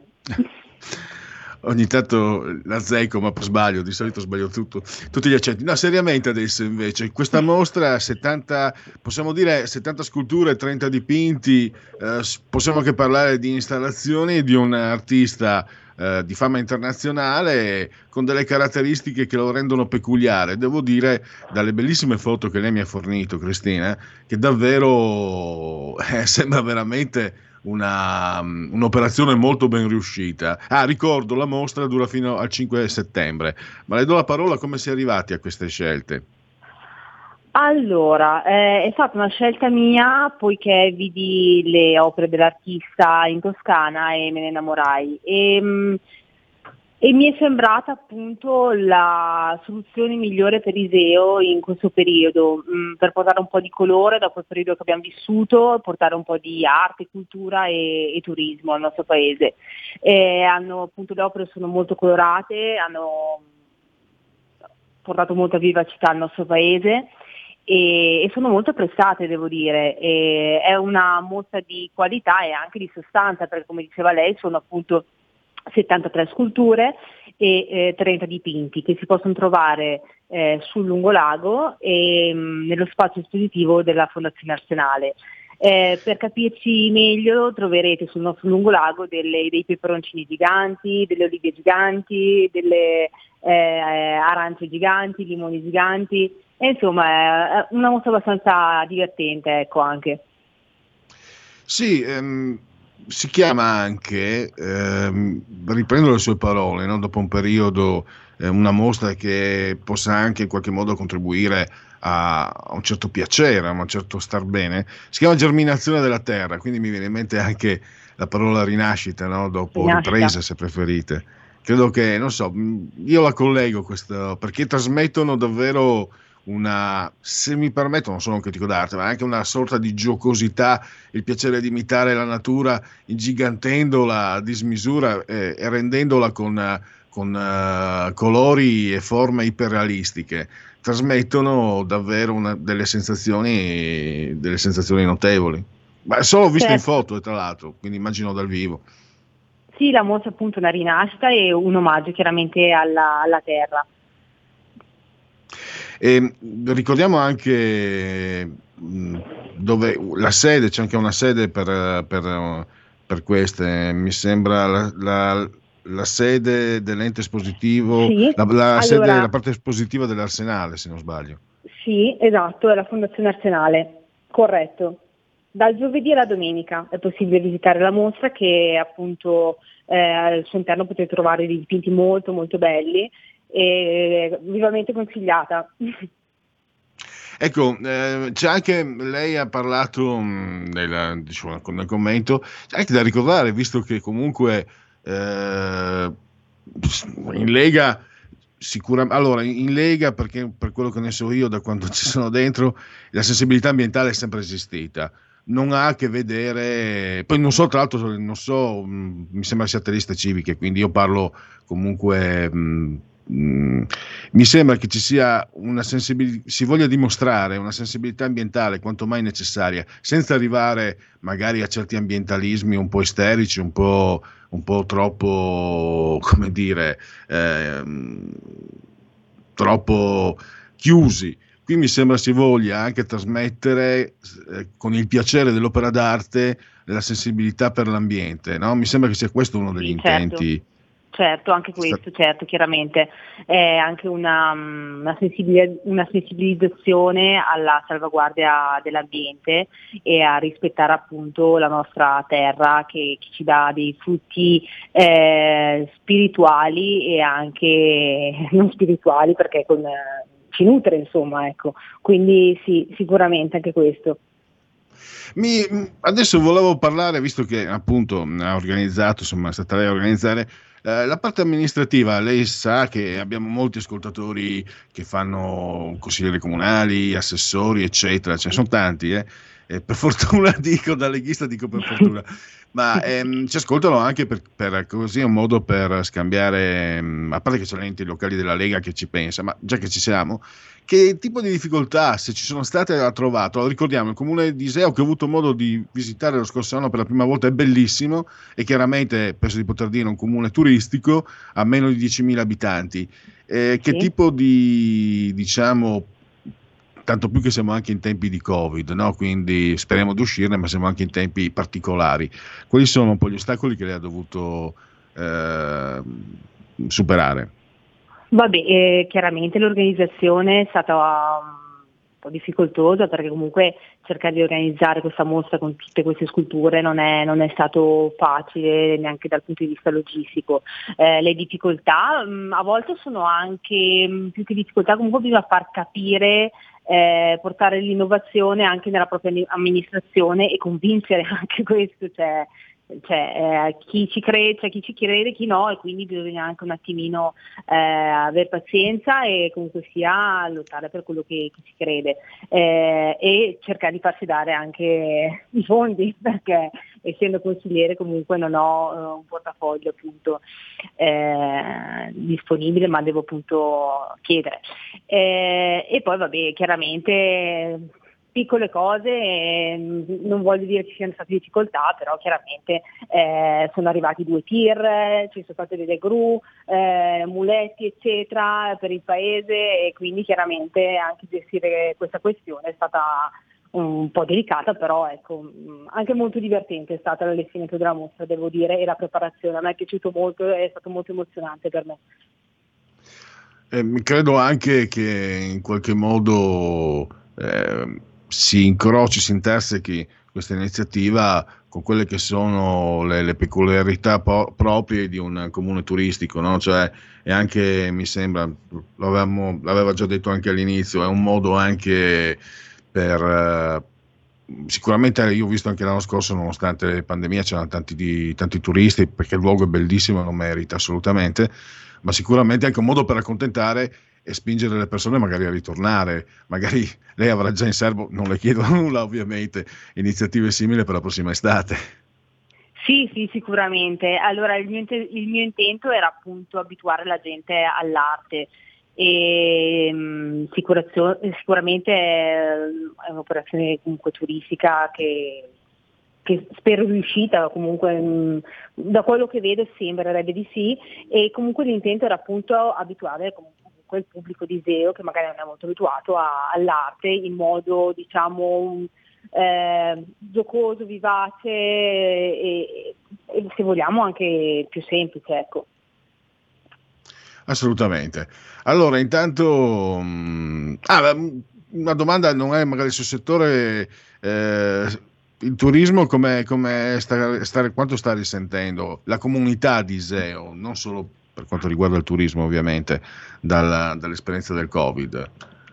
Speaker 6: Ogni tanto la zecco, ma poi sbaglio, di solito sbaglio tutti gli accenti. No, seriamente adesso invece, questa mostra, 70, possiamo dire 70 sculture, 30 dipinti, possiamo anche parlare di installazioni di un artista di fama internazionale con delle caratteristiche che lo rendono peculiare. Devo dire, dalle bellissime foto che lei mi ha fornito, Cristina, che davvero sembra veramente un'operazione molto ben riuscita. Ricordo, la mostra dura fino al 5 settembre, ma le do la parola, come si è arrivati a queste scelte?
Speaker 14: Allora, è stata una scelta mia poiché vidi le opere dell'artista in Toscana e me ne innamorai e mi è sembrata appunto la soluzione migliore per Iseo in questo periodo, per portare un po' di colore dopo il periodo che abbiamo vissuto, portare un po' di arte, cultura e turismo al nostro paese. Appunto, le opere sono molto colorate, hanno portato molta vivacità al nostro paese e sono molto apprezzate, devo dire. È una mostra di qualità e anche di sostanza, perché come diceva lei sono appunto 73 sculture e 30 dipinti che si possono trovare sul lungolago e nello spazio espositivo della Fondazione Arsenale. Per capirci meglio troverete sul nostro lungolago dei peperoncini giganti, delle olive giganti, delle arance giganti, limoni giganti, e insomma è una mostra abbastanza divertente, ecco, anche.
Speaker 6: Sì, si chiama anche, riprendo le sue parole, no? Dopo un periodo, una mostra che possa anche in qualche modo contribuire a un certo piacere, a un certo star bene, si chiama germinazione della terra, quindi mi viene in mente anche la parola rinascita, no? Dopo ripresa, se preferite. Credo che, non so, io la collego questo, perché trasmettono davvero se mi permettono, non sono un critico d'arte, ma anche una sorta di giocosità, il piacere di imitare la natura ingigantendola a dismisura e rendendola con colori e forme iperrealistiche. Trasmettono davvero delle sensazioni notevoli. Ma solo visto in foto, tra l'altro, quindi immagino dal vivo.
Speaker 14: Sì, la mostra appunto è una rinascita e un omaggio chiaramente alla terra.
Speaker 6: E ricordiamo anche dove la sede, c'è anche una sede per queste, mi sembra la sede dell'ente espositivo, sì, sede, la parte espositiva dell'Arsenale, se non sbaglio.
Speaker 14: Sì, esatto, è la Fondazione Arsenale, corretto. Dal giovedì alla domenica è possibile visitare la mostra, che appunto al suo interno potete trovare dei dipinti molto molto belli e vivamente consigliata.
Speaker 6: Ecco, c'è anche, lei ha parlato nel commento, c'è anche da ricordare, visto che comunque in Lega sicuramente, allora in Lega, perché per quello che ne so io da quando ci sono dentro, la sensibilità ambientale è sempre esistita, non ha a che vedere, poi non so, tra l'altro mi sembra siate liste civiche, quindi io parlo comunque, mi sembra che ci sia una sensibilità, si voglia dimostrare una sensibilità ambientale quanto mai necessaria, senza arrivare magari a certi ambientalismi un po' isterici, un po' troppo, come dire, troppo chiusi. Qui mi sembra si voglia anche trasmettere con il piacere dell'opera d'arte la sensibilità per l'ambiente, no? Mi sembra che sia questo uno degli intenti.
Speaker 14: Certo, anche questo, certo, chiaramente è anche una sensibilizzazione alla salvaguardia dell'ambiente e a rispettare appunto la nostra terra che ci dà dei frutti spirituali e anche non spirituali, perché ci nutre, insomma, ecco. Quindi sì, sicuramente anche questo.
Speaker 6: Adesso volevo parlare, visto che appunto ha organizzato, insomma è stata lei a organizzare la parte amministrativa. Lei sa che abbiamo molti ascoltatori che fanno consiglieri comunali, assessori, eccetera, ce ne sono tanti, per fortuna dico, da leghista dico per fortuna, ma ci ascoltano anche per così è un modo per scambiare, a parte che c'è enti locali della Lega che ci pensa, ma già che ci siamo, che tipo di difficoltà, se ci sono state, ha trovato? Ricordiamo il comune di Iseo, che ho avuto modo di visitare lo scorso anno per la prima volta, è bellissimo e chiaramente penso di poter dire un comune turistico a meno di 10.000 abitanti. Che tipo di, diciamo, tanto più che siamo anche in tempi di Covid, no? Quindi speriamo di uscirne, ma siamo anche in tempi particolari. Quali sono un po' gli ostacoli che lei ha dovuto superare?
Speaker 14: Vabbè, chiaramente l'organizzazione è stata un po' difficoltosa, perché comunque cercare di organizzare questa mostra con tutte queste sculture non è stato facile neanche dal punto di vista logistico. Le difficoltà a volte sono anche, più che difficoltà, comunque bisogna far capire, portare l'innovazione anche nella propria amministrazione e convincere anche questo, chi ci crede, chi no, e quindi bisogna anche un attimino avere pazienza e comunque sia lottare per quello che si crede, e cercare di farsi dare anche i fondi, perché essendo consigliere comunque non ho un portafoglio appunto disponibile, ma devo appunto chiedere, e poi vabbè, chiaramente piccole cose, non voglio dire ci siano state difficoltà, però chiaramente sono arrivati 2 tir, ci sono state delle gru, muletti eccetera per il paese, e quindi chiaramente anche gestire questa questione è stata un po' delicata, però ecco, anche molto divertente è stata l'allestimento della mostra, devo dire, e la preparazione a me è piaciuto molto, è stato molto emozionante per me.
Speaker 6: Credo anche che in qualche modo si incroci, si intersechi questa iniziativa con quelle che sono le peculiarità proprie di un comune turistico, no? Cioè, e anche, mi sembra, l'aveva già detto anche all'inizio, è un modo anche per sicuramente, io ho visto anche l'anno scorso, nonostante la pandemia, c'erano tanti turisti, perché il luogo è bellissimo, lo merita assolutamente, ma sicuramente anche un modo per accontentare e spingere le persone magari a ritornare. Magari lei avrà già in serbo, non le chiedo nulla ovviamente, iniziative simili per la prossima estate.
Speaker 14: Sì, sicuramente. Allora il mio intento era appunto abituare la gente all'arte, e sicuramente è un'operazione comunque turistica che spero riuscita, comunque da quello che vedo sembrerebbe di sì, e comunque l'intento era appunto abituare comunque il pubblico di Iseo, che magari non è molto abituato all'arte, in modo diciamo giocoso, vivace e se vogliamo anche più semplice, ecco.
Speaker 6: Assolutamente. Allora, intanto una domanda, non è magari sul settore, il turismo quanto sta risentendo la comunità di Iseo, non solo per quanto riguarda il turismo ovviamente, dall'esperienza del Covid?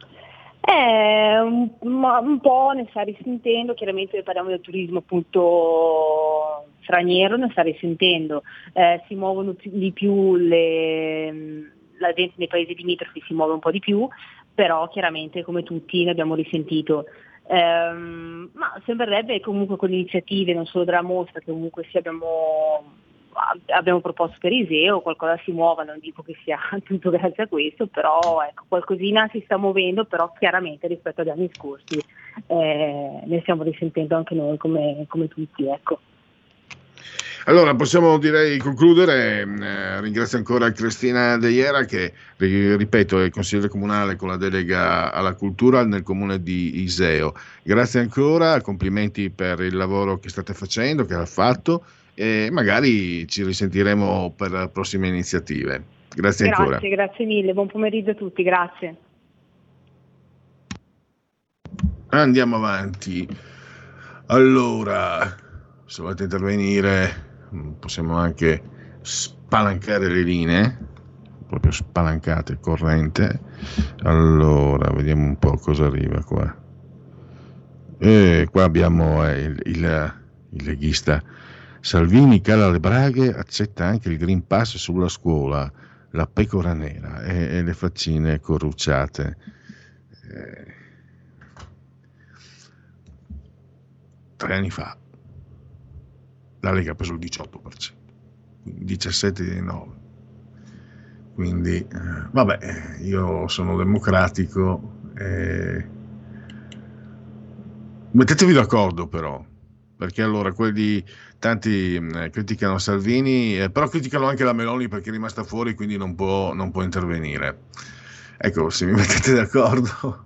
Speaker 14: Un po' ne sta risentendo, chiaramente parliamo del turismo appunto straniero, ne sta risentendo, si muovono di più la gente nei paesi limitrofi, si muove un po' di più, però chiaramente come tutti ne abbiamo risentito. Ma sembrerebbe comunque con iniziative non solo della mostra, che comunque sì, abbiamo proposto per Iseo, qualcosa si muova, non dico che sia tutto grazie a questo, però ecco, qualcosina si sta muovendo, però chiaramente rispetto agli anni scorsi ne stiamo risentendo anche noi come tutti, ecco.
Speaker 6: Allora possiamo direi concludere. Ringrazio ancora Cristina De Iera, che ripeto è consigliere comunale con la delega alla cultura nel comune di Iseo. Grazie ancora, complimenti per il lavoro che state facendo, che ha fatto, e magari ci risentiremo per prossime iniziative. Grazie ancora.
Speaker 14: Grazie mille, buon pomeriggio a tutti, grazie.
Speaker 6: Andiamo avanti. Allora, se volete intervenire possiamo anche spalancare le linee, proprio spalancate, corrente. Allora, vediamo un po' cosa arriva qua. Qua abbiamo il leghista Salvini cala le braghe, accetta anche il Green Pass sulla scuola, la pecora nera e le faccine corrucciate. 3 anni fa la Lega ha preso il 18%, quindi 17 dei 9. Quindi, vabbè, io sono democratico. Mettetevi d'accordo però, perché allora tanti criticano Salvini, però criticano anche la Meloni perché è rimasta fuori, quindi non può intervenire. Ecco, se mi mettete d'accordo,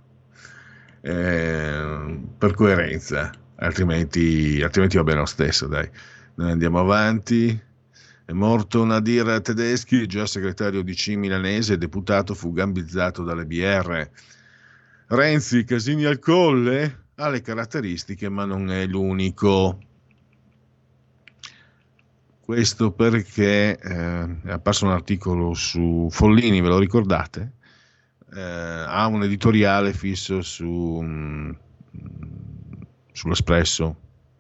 Speaker 6: per coerenza, altrimenti va bene lo stesso, dai. Noi andiamo avanti. È morto Nadir Tedeschi, già segretario DC milanese e deputato, fu gambizzato dalle BR. Renzi, casini al Colle, ha le caratteristiche ma non è l'unico. Questo perché è apparso un articolo su Follini, ve lo ricordate? Ha un editoriale fisso sull'Espresso.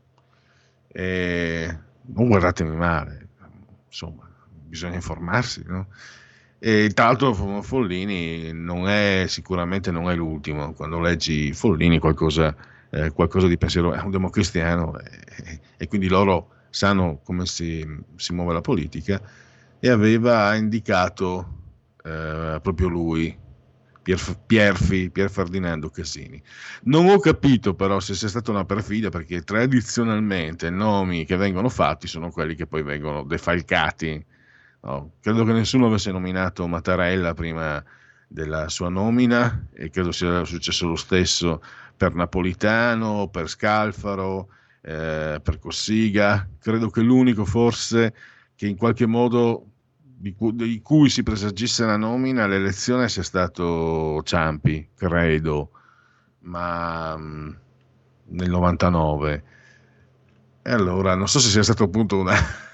Speaker 6: Non guardatemi male, insomma, bisogna informarsi, no? E tra l'altro Follini sicuramente non è l'ultimo. Quando leggi Follini qualcosa di pensiero, è un democristiano e quindi loro sanno come si muove la politica, e aveva indicato proprio lui, Pier Ferdinando Casini. Non ho capito però se sia stata una perfidia, perché tradizionalmente i nomi che vengono fatti sono quelli che poi vengono defalcati. No, credo che nessuno avesse nominato Mattarella prima della sua nomina, e credo sia successo lo stesso per Napolitano, per Scalfaro, per Cossiga. Credo che l'unico forse che in qualche modo di cui si presagisse la nomina all'elezione sia stato Ciampi, credo, ma nel 99. E allora non so se sia stato appunto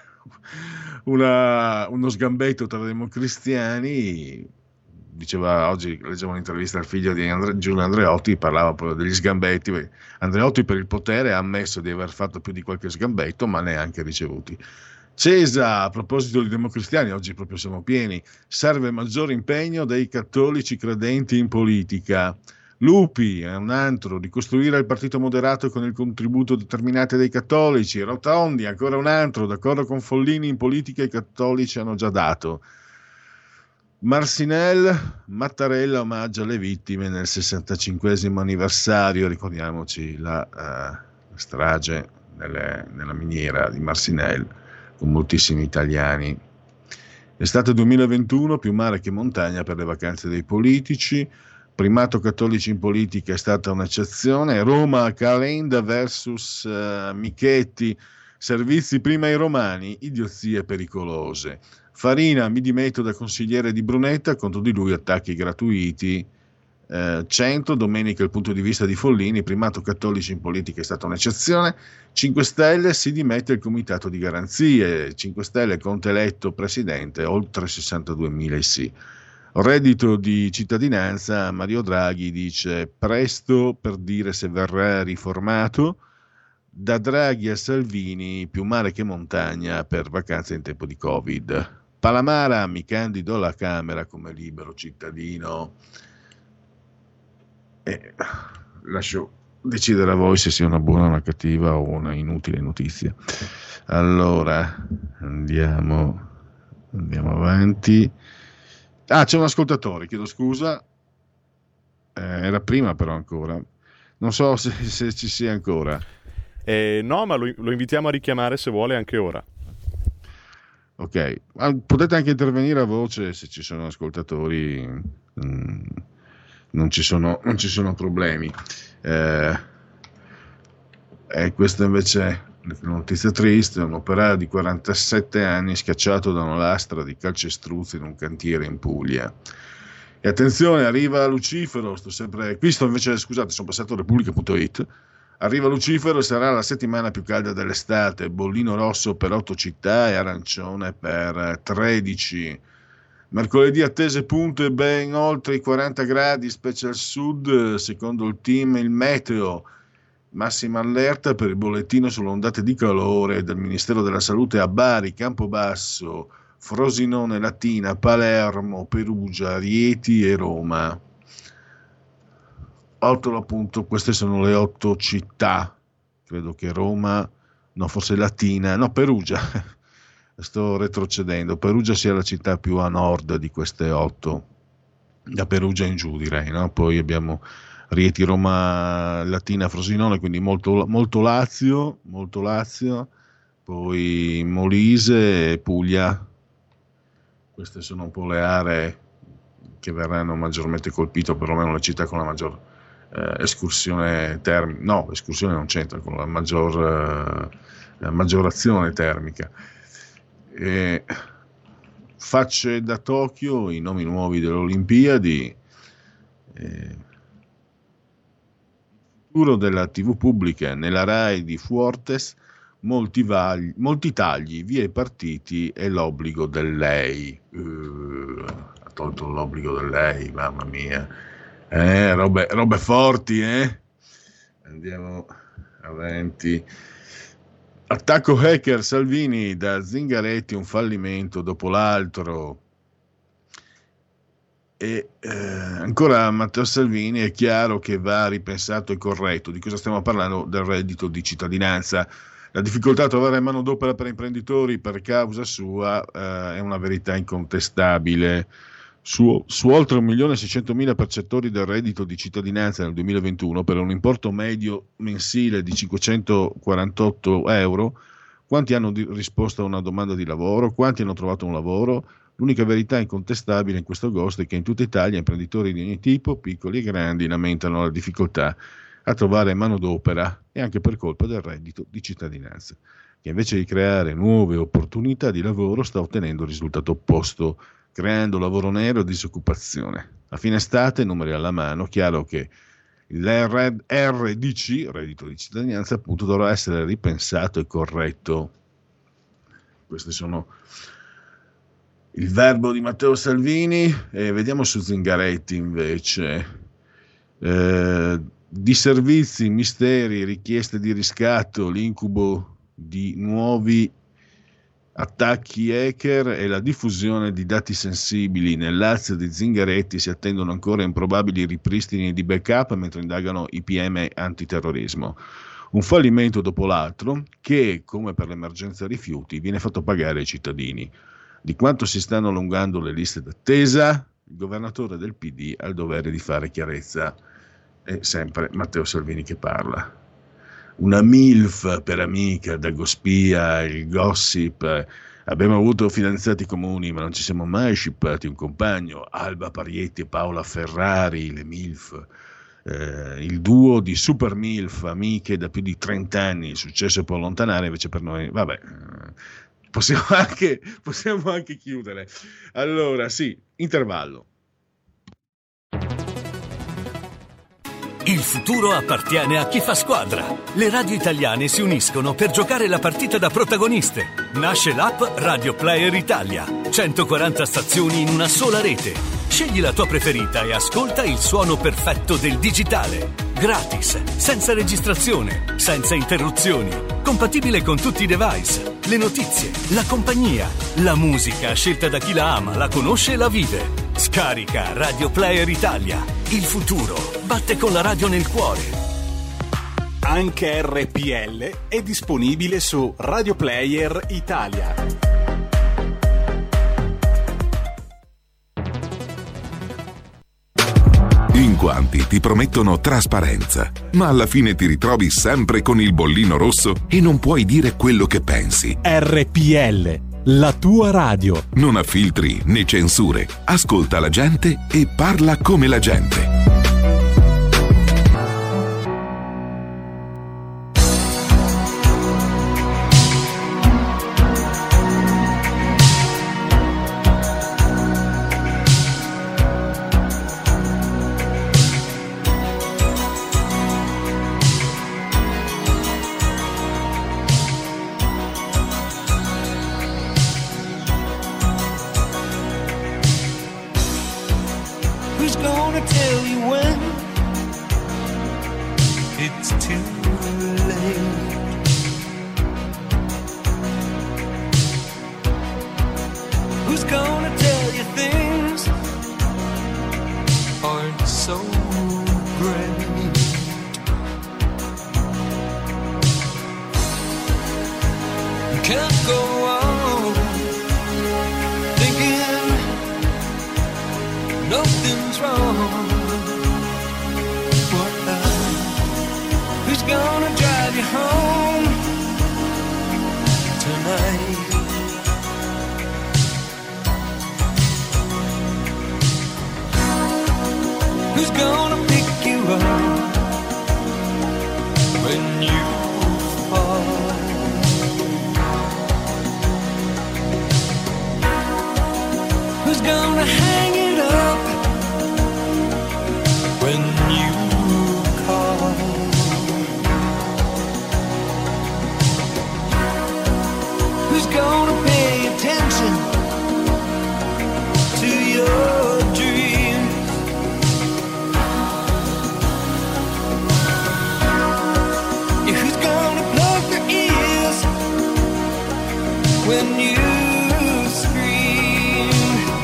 Speaker 6: uno sgambetto tra democristiani. Diceva, oggi leggevo un'intervista al figlio di Giulio Andreotti, parlava proprio degli sgambetti. Andreotti per il potere ha ammesso di aver fatto più di qualche sgambetto, ma neanche ricevuti. Cesa, a proposito di democristiani, oggi proprio siamo pieni, serve maggiore impegno dei cattolici credenti in politica. Lupi, è un altro, ricostruire il partito moderato con il contributo determinante dei cattolici. Rotondi, ancora un altro, d'accordo con Follini, in politica i cattolici hanno già dato. Marcinelle, Mattarella omaggia le vittime nel 65esimo anniversario, ricordiamoci la strage nella miniera di Marcinelle, con moltissimi italiani. Estate 2021, più mare che montagna per le vacanze dei politici. Primato cattolici in politica è stata un'eccezione. Roma, Calenda versus Michetti. Servizi prima ai romani, idiozie pericolose. Farina, mi dimetto da consigliere di Brunetta, contro di lui attacchi gratuiti. 100, domenica il punto di vista di Follini, primato cattolici in politica è stata un'eccezione. 5 Stelle, si dimette il comitato di garanzie. 5 Stelle, Conte eletto presidente, oltre 62.000 sì. Reddito di cittadinanza, Mario Draghi dice presto per dire se verrà riformato. Da Draghi a Salvini, più mare che montagna per vacanze in tempo di Covid. Palamara, mi candido alla Camera come libero cittadino. Lascio decidere a voi se sia una buona, una cattiva o una inutile notizia. Allora andiamo avanti. C'è un ascoltatore, chiedo scusa, era prima però ancora, non so se ci sia ancora.
Speaker 7: No, ma lo invitiamo a richiamare se vuole anche ora.
Speaker 6: Ok, potete anche intervenire a voce se ci sono ascoltatori. Non ci sono problemi. E questa invece è una notizia triste. Un operaio di 47 anni schiacciato da una lastra di calcestruzzo in un cantiere in Puglia. E attenzione, arriva Lucifero, sono passato a Repubblica.it. Arriva Lucifero, sarà la settimana più calda dell'estate, bollino rosso per 8 città e arancione per 13. Mercoledì attese punte ben oltre i 40 gradi, specie al sud, secondo il team Il Meteo. Massima allerta per il bollettino sulle ondate di calore del Ministero della Salute a Bari, Campobasso, Frosinone, Latina, Palermo, Perugia, Rieti e Roma. Appunto, queste sono le 8 città credo che Roma, no, forse Latina, no, Perugia, sto retrocedendo, Perugia sia la città più a nord di queste 8, da Perugia in giù direi, no? Poi abbiamo Rieti, Roma, Latina, Frosinone, quindi molto Lazio, poi Molise e Puglia. Queste sono un po' le aree che verranno maggiormente colpite, o perlomeno le città con la maggior escursione termica. No, escursione non c'entra, con la maggiorazione termica. Facce da Tokyo, i nomi nuovi delle Olimpiadi, futuro della TV pubblica nella Rai di Fuortes, molti tagli, via i partiti e l'obbligo del lei. Ha tolto l'obbligo del lei, mamma mia. Robe forti, Andiamo avanti. Attacco hacker Salvini, da Zingaretti un fallimento dopo l'altro. E ancora Matteo Salvini, è chiaro che va ripensato e corretto. Di cosa stiamo parlando? Del reddito di cittadinanza. La difficoltà a trovare manodopera per imprenditori per causa sua è una verità incontestabile. Su oltre 1.600.000 percettori del reddito di cittadinanza nel 2021, per un importo medio mensile di 548 euro, quanti hanno risposto a una domanda di lavoro? Quanti hanno trovato un lavoro? L'unica verità incontestabile in questo agosto è che in tutta Italia imprenditori di ogni tipo, piccoli e grandi, lamentano la difficoltà a trovare manodopera, e anche per colpa del reddito di cittadinanza, che invece di creare nuove opportunità di lavoro sta ottenendo il risultato opposto, creando lavoro nero e disoccupazione. A fine estate, numeri alla mano, chiaro che l'RDC, reddito di cittadinanza, appunto, dovrà essere ripensato e corretto. Questi sono il verbo di Matteo Salvini. E vediamo su Zingaretti invece. Di servizi, misteri, richieste di riscatto, l'incubo di nuovi attacchi hacker e la diffusione di dati sensibili. Nel Lazio di Zingaretti si attendono ancora improbabili ripristini di backup mentre indagano i PM antiterrorismo. Un fallimento dopo l'altro che, come per l'emergenza rifiuti, viene fatto pagare ai cittadini. Di quanto si stanno allungando le liste d'attesa, il governatore del PD ha il dovere di fare chiarezza. È sempre Matteo Salvini che parla. Una MILF per amica, Dagospia, il gossip. Abbiamo avuto fidanzati comuni, ma non ci siamo mai scippati un compagno. Alba Parietti e Paola Ferrari, le MILF. Il duo di super MILF, amiche da più di 30 anni. Il successo può allontanare, invece per noi, vabbè, possiamo anche chiudere. Allora, sì, intervallo.
Speaker 15: Il futuro appartiene a chi fa squadra. Le radio italiane si uniscono per giocare la partita da protagoniste. Nasce l'app Radio Player Italia. 140 stazioni in una sola rete. Scegli la tua preferita e ascolta il suono perfetto del digitale. Gratis, senza registrazione, senza interruzioni. Compatibile con tutti i device. Le notizie, la compagnia, la musica scelta da chi la ama, la conosce e la vive. Scarica Radio Player Italia. Il futuro batte con la radio nel cuore.
Speaker 9: Anche RPL è disponibile su Radio Player Italia.
Speaker 16: In quanti ti promettono trasparenza, ma alla fine ti ritrovi sempre con il bollino rosso e non puoi dire quello che pensi.
Speaker 10: RPL, la tua radio.
Speaker 16: Non ha filtri né censure. Ascolta la gente e parla come la gente.
Speaker 17: can't go on thinking nothing's wrong. Who's gonna drive you home tonight? Who's gonna pick you up when you fall? Who's gonna hang it up when you call? Who's gonna pay attention to your dreams? Yeah, who's gonna plug their ears when you scream?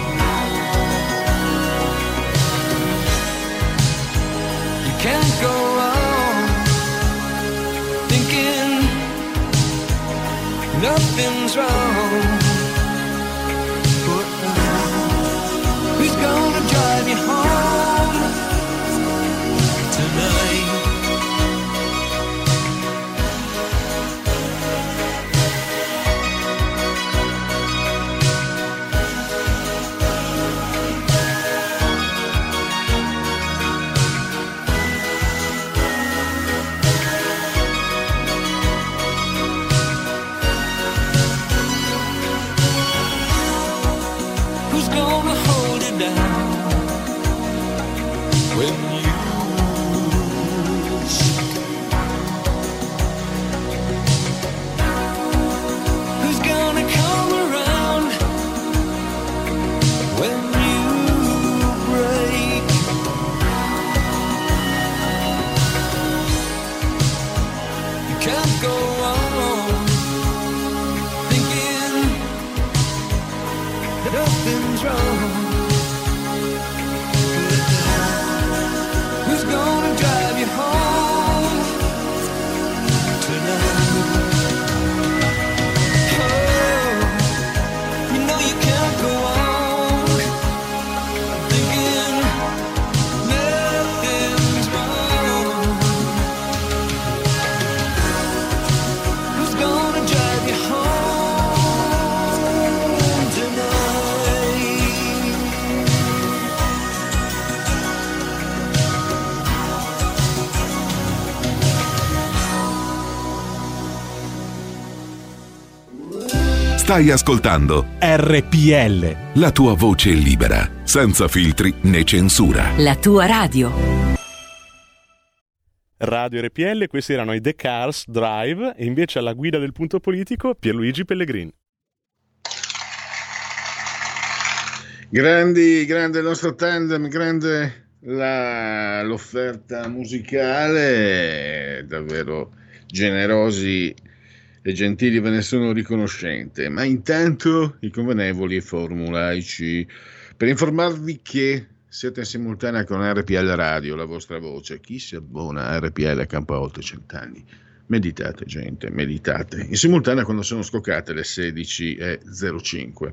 Speaker 17: You can't go on thinking nothing's wrong. Who's gonna drive you home tonight? Who's gonna hold it down when you speak? Who's gonna come around when you break? You can't go on thinking nothing's wrong. Who's gonna drive you home tonight? Oh, you know you can't go on thinking nothing's wrong. Who's gonna drive you home tonight?
Speaker 16: Stai ascoltando
Speaker 9: RPL.
Speaker 16: la tua voce libera, senza filtri né censura.
Speaker 1: La tua radio.
Speaker 7: Radio RPL, questi erano i The Cars Drive e invece alla guida del punto politico Pierluigi Pellegrin.
Speaker 6: Grande il nostro tandem, grande l'offerta musicale, davvero generosi e gentili, ve ne sono riconoscente. Ma intanto i convenevoli formulaici per informarvi che siete in simultanea con RPL Radio, la vostra voce. Chi si abbona a RPL campa oltre 100 anni. Meditate, gente, meditate. In simultanea quando sono scoccate le 16:05.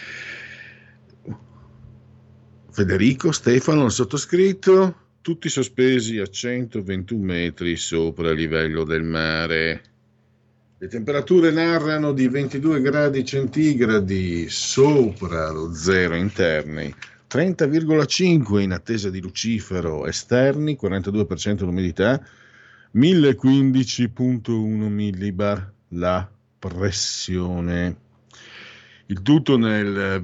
Speaker 6: Federico, Stefano, il sottoscritto, tutti sospesi a 121 metri sopra il livello del mare. Le temperature narrano di 22 gradi centigradi sopra lo zero interni, 30,5 in attesa di Lucifero esterni, 42% l'umidità, 1015,1 millibar la pressione. Il tutto nel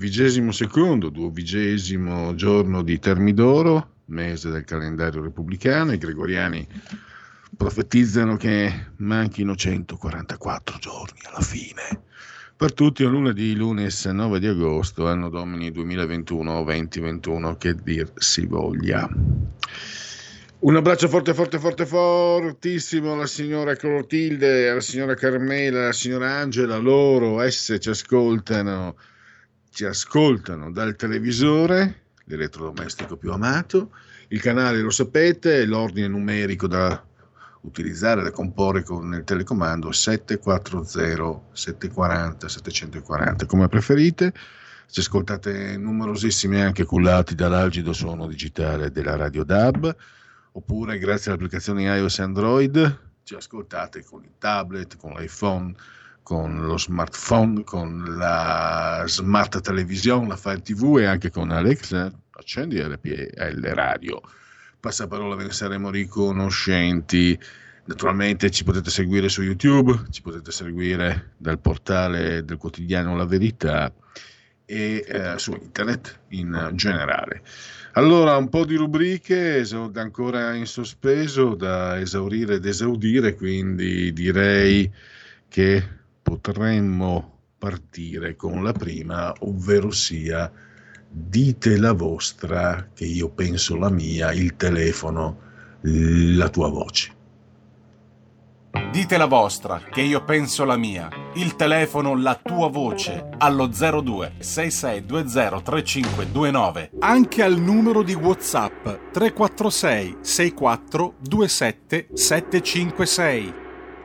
Speaker 6: 22° giorno di Termidoro, mese del calendario repubblicano. I gregoriani profetizzano che manchino 144 giorni alla fine. Per tutti è un lunedì, lunes 9 di agosto, anno domini 2021, che dir si voglia. Un abbraccio fortissimo alla signora Clotilde, alla signora Carmela, alla signora Angela. Loro, esse ci ascoltano dal televisore, l'elettrodomestico più amato. Il canale, lo sapete, l'ordine numerico da utilizzare, da comporre con il telecomando 740 740 740, come preferite. Ci ascoltate numerosissimi anche cullati dall'algido suono digitale della Radio DAB, oppure grazie alle applicazioni iOS e Android ci ascoltate con il tablet, con l'iPhone, con lo smartphone, con la smart television, la Fire TV e anche con Alexa. Accendi RPL Radio. Passaparola, ve ne saremo riconoscenti. Naturalmente ci potete seguire su YouTube, ci potete seguire dal portale del quotidiano La Verità e su internet in generale. Allora, un po' di rubriche ancora in sospeso da esaurire ed esaudire, quindi direi che potremmo partire con la prima, ovvero sia dite la vostra, che io penso la mia, il telefono, la tua voce.
Speaker 9: Dite la vostra, che io penso la mia. Il telefono, la tua voce, allo 02 6620 3529. Anche al numero di WhatsApp 346 64 27 756.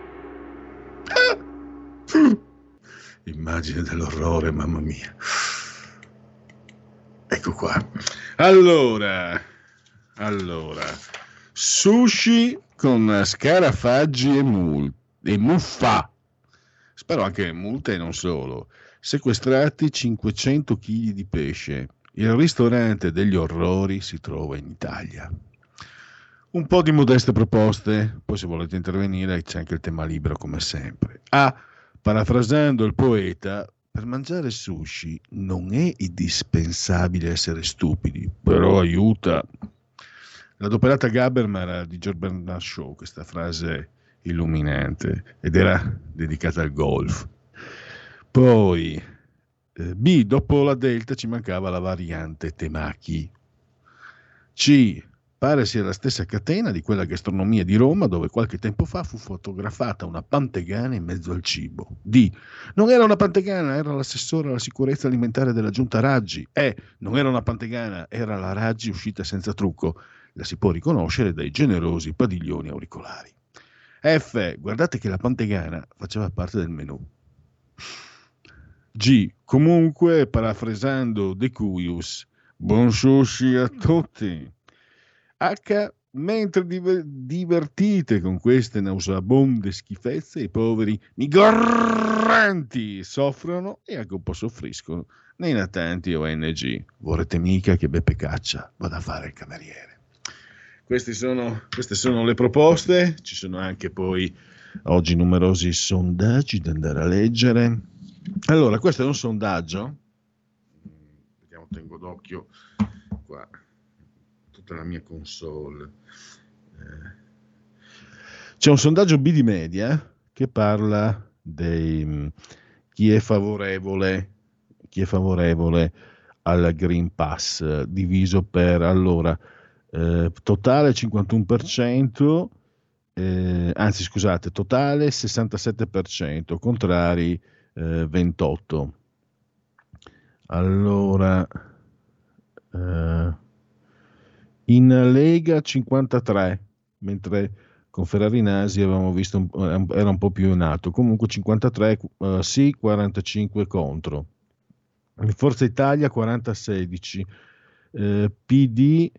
Speaker 6: Immagine dell'orrore, mamma mia. Ecco qua. Allora, sushi con scarafaggi e muffa. Spero anche multe e non solo. Sequestrati 500 kg di pesce. Il ristorante degli orrori si trova in Italia. Un po' di modeste proposte, poi se volete intervenire c'è anche il tema libero come sempre. Parafrasando il poeta, per mangiare sushi non è indispensabile essere stupidi, però aiuta. L'adoperata Gaberman di George Bernard Shaw, questa frase illuminante, ed era dedicata al golf. Poi B, dopo la Delta ci mancava la variante Temaki. C, pare sia la stessa catena di quella gastronomia di Roma dove qualche tempo fa fu fotografata una pantegana in mezzo al cibo. D, non era una pantegana, era l'assessore alla sicurezza alimentare della giunta Raggi. E, non era una pantegana, era la Raggi uscita senza trucco. La si può riconoscere dai generosi padiglioni auricolari. F, guardate che la pantegana faceva parte del menù. G, comunque, parafrasando De Cuius, buon sushi a tutti. H, mentre divertite con queste nauseabonde schifezze, i poveri migranti soffrono e anche un po' soffriscono nei natanti ONG. Vorrete mica che Beppe Caccia vada a fare il cameriere? Queste sono le proposte. Ci sono anche poi oggi numerosi sondaggi da andare a leggere. Allora, questo è un sondaggio. Vediamo, tengo d'occhio qua tutta la mia console. C'è un sondaggio B di Media che parla di chi è favorevole al Green Pass, diviso per totale 51%, totale 67%, contrari 28%. Allora, in Lega 53%, mentre con Ferrari Nasi avevamo visto era un po' più in alto, comunque 53 sì, 45 contro. In Forza Italia 40-16, PD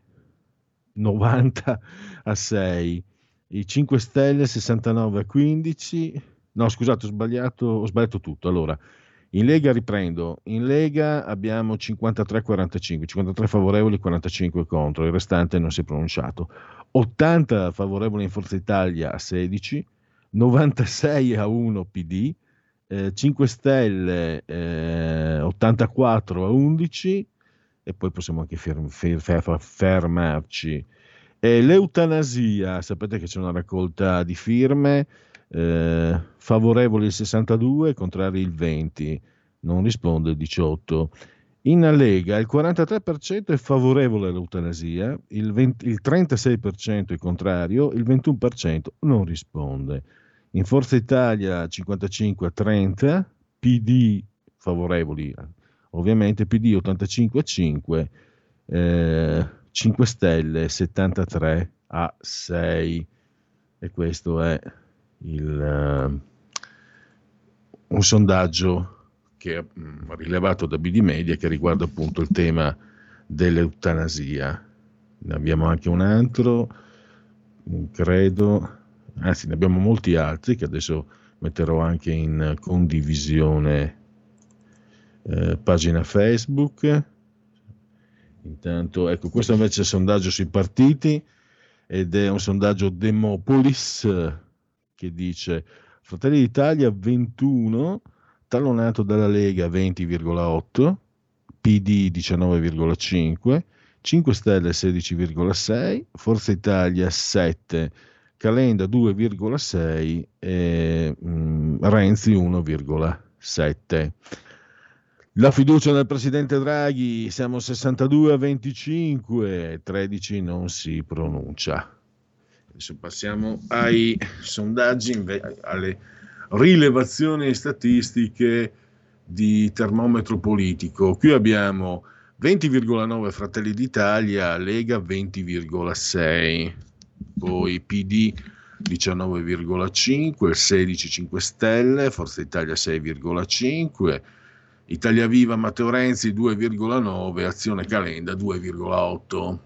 Speaker 6: 90-6, i 5 Stelle 69-15. No, scusate, ho sbagliato tutto. Allora, in Lega riprendo. In Lega abbiamo 53-45, 53 favorevoli, 45 contro, il restante non si è pronunciato. 80 favorevoli in Forza Italia a 16, 96-1 PD, 5 Stelle 84-11, e poi possiamo anche fermarci. L'eutanasia, sapete che c'è una raccolta di firme, favorevoli il 62, contrari il 20, non risponde il 18. In Lega il 43% è favorevole all'eutanasia, il 36% è contrario, il 21% non risponde. In Forza Italia 55-30, PD favorevoli, ovviamente PD 85-5, 5 Stelle 73-6. E questo è un sondaggio che è rilevato da BD Media, che riguarda appunto il tema dell'eutanasia. Ne abbiamo anche un altro, credo, anzi ne abbiamo molti altri che adesso metterò anche in condivisione pagina Facebook. Intanto, ecco, questo invece è il sondaggio sui partiti, ed è un sondaggio Demopolis che dice: Fratelli d'Italia 21, tallonato dalla Lega 20,8, PD 19,5, 5 Stelle 16,6, Forza Italia 7, Calenda 2,6 e Renzi 1,7. La fiducia nel presidente Draghi, siamo 62-25, 13 non si pronuncia. Adesso passiamo ai sondaggi, alle rilevazioni statistiche di termometro politico. Qui abbiamo 20,9 Fratelli d'Italia, Lega 20,6, poi PD 19,5, 16 5 Stelle, Forza Italia 6,5, Italia Viva Matteo Renzi 2,9, Azione Calenda 2,8.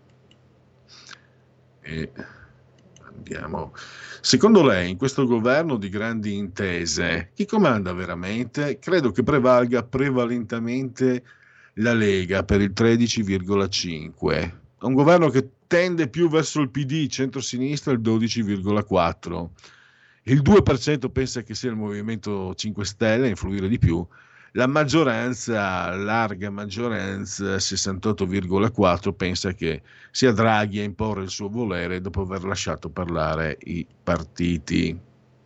Speaker 6: E andiamo. Secondo lei, in questo governo di grandi intese, chi comanda veramente? Credo che prevalga prevalentemente la Lega per il 13,5. Un governo che tende più verso il PD, centro-sinistra, il 12,4. Il 2% pensa che sia il Movimento 5 Stelle a influire di più. La maggioranza, larga maggioranza, 68,4, pensa che sia Draghi a imporre il suo volere dopo aver lasciato parlare i partiti.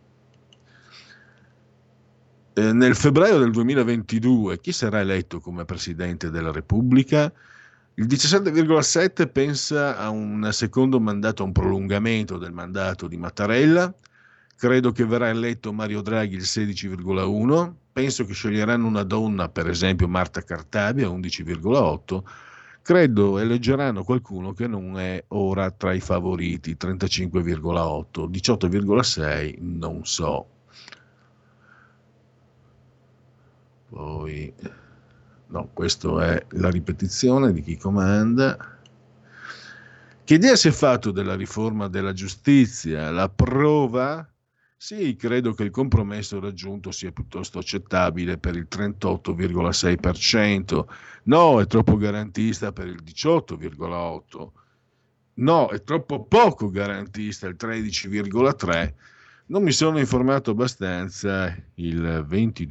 Speaker 6: Nel febbraio del 2022 chi sarà eletto come Presidente della Repubblica? Il 17,7 pensa a un secondo mandato, a un prolungamento del mandato di Mattarella. Credo che verrà eletto Mario Draghi il 16,1. Penso che sceglieranno una donna, per esempio Marta Cartabia, 11,8. Credo eleggeranno qualcuno che non è ora tra i favoriti, 35,8. 18,6 non so. Poi, no, questa è la ripetizione di chi comanda. Che idea si è fatto della riforma della giustizia? La prova? Sì, credo che il compromesso raggiunto sia piuttosto accettabile per il 38,6%. No, è troppo garantista per il 18,8%. No, è troppo poco garantista il 13,3%. Non mi sono informato abbastanza, il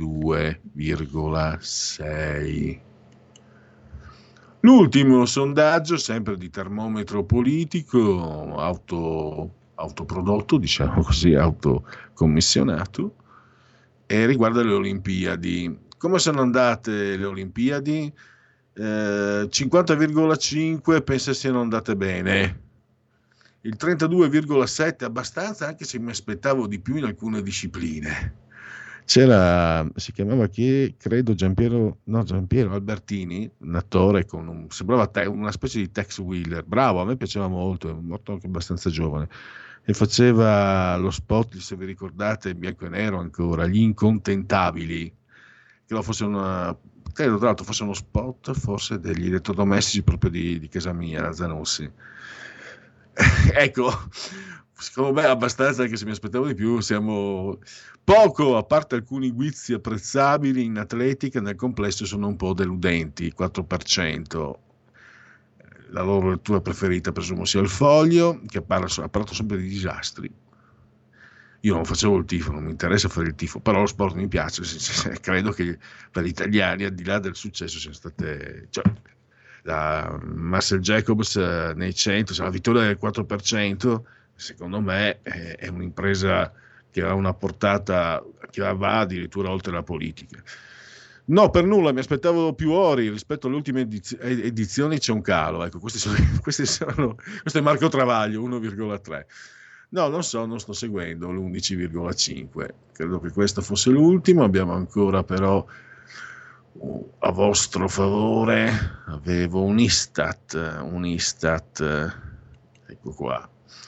Speaker 6: 22,6%. L'ultimo sondaggio, sempre di termometro politico, autoprodotto, diciamo così, autocommissionato, e riguarda le Olimpiadi. Come sono andate le Olimpiadi? 50,5 pensa siano andate bene, il 32,7 abbastanza, anche se mi aspettavo di più in alcune discipline. Si chiamava credo Giampiero Albertini, un attore sembrava una specie di Tex Wheeler, bravo, a me piaceva molto, è morto anche abbastanza giovane, e faceva lo spot, se vi ricordate, in bianco e nero ancora, Gli Incontentabili, credo tra l'altro fosse uno spot forse degli elettrodomestici proprio di casa mia, la Zanussi. Ecco, secondo me abbastanza, anche se mi aspettavo di più. Siamo poco, a parte alcuni guizzi apprezzabili in atletica, nel complesso sono un po' deludenti, 4%. La loro lettura preferita presumo sia Il Foglio, che ha parlato sempre di disastri. Io non facevo il tifo, non mi interessa fare il tifo, però lo sport mi piace. Credo che per gli italiani, al di là del successo, siano state... la Marcel Jacobs nei 100, la vittoria del 4%, secondo me è un'impresa che ha una portata che va addirittura oltre la politica. No, per nulla, mi aspettavo più ori rispetto alle ultime edizioni, c'è un calo. Ecco, questo è Marco Travaglio, 1,3. No, non sto seguendo l'11,5. Credo che questo fosse l'ultimo. Abbiamo ancora però, a vostro favore, avevo un Istat, ecco qua.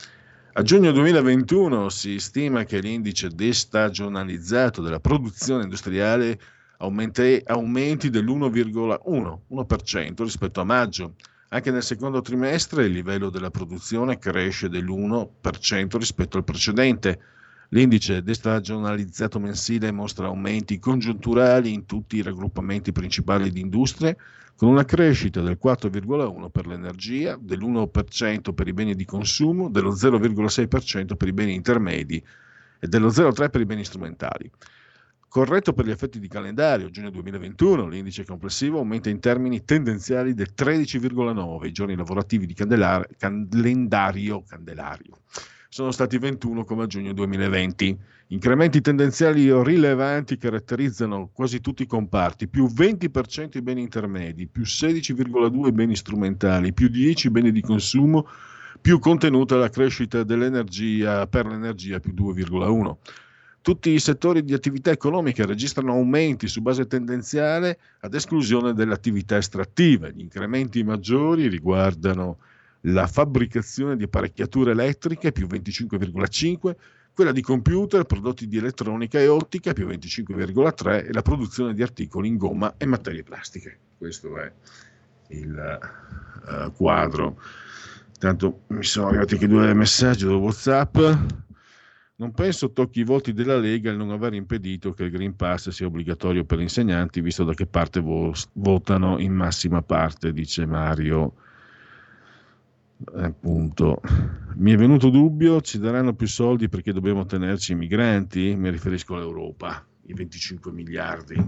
Speaker 6: A giugno 2021 si stima che l'indice destagionalizzato della produzione industriale aumenti dell'1,1% rispetto a maggio. Anche nel secondo trimestre il livello della produzione cresce dell'1% rispetto al precedente. L'indice destagionalizzato mensile mostra aumenti congiunturali in tutti i raggruppamenti principali di industrie, con una crescita del 4,1% per l'energia, dell'1% per i beni di consumo, dello 0,6% per i beni intermedi e dello 0,3% per i beni strumentali. Corretto per gli effetti di calendario, giugno 2021 l'indice complessivo aumenta in termini tendenziali del 13,9%, i giorni lavorativi di calendario sono stati 21 come a giugno 2020. Incrementi tendenziali rilevanti caratterizzano quasi tutti i comparti, più 20% i beni intermedi, più 16,2% i beni strumentali, più 10% i beni di consumo, più contenuta la crescita dell'energia per l'energia, più 2,1%. Tutti i settori di attività economica registrano aumenti su base tendenziale ad esclusione dell'attività estrattiva. Gli incrementi maggiori riguardano la fabbricazione di apparecchiature elettriche, più 25,5%, quella di computer, prodotti di elettronica e ottica, più 25,3%, e la produzione di articoli in gomma e materie plastiche. Questo è il quadro. Intanto mi sono arrivati anche 2 messaggi da WhatsApp. Non penso tocchi i voti della Lega il non aver impedito che il Green Pass sia obbligatorio per gli insegnanti, visto da che parte votano in massima parte, dice Mario. Appunto, mi è venuto dubbio, ci daranno più soldi perché dobbiamo tenerci i migranti? Mi riferisco all'Europa, i 25 miliardi.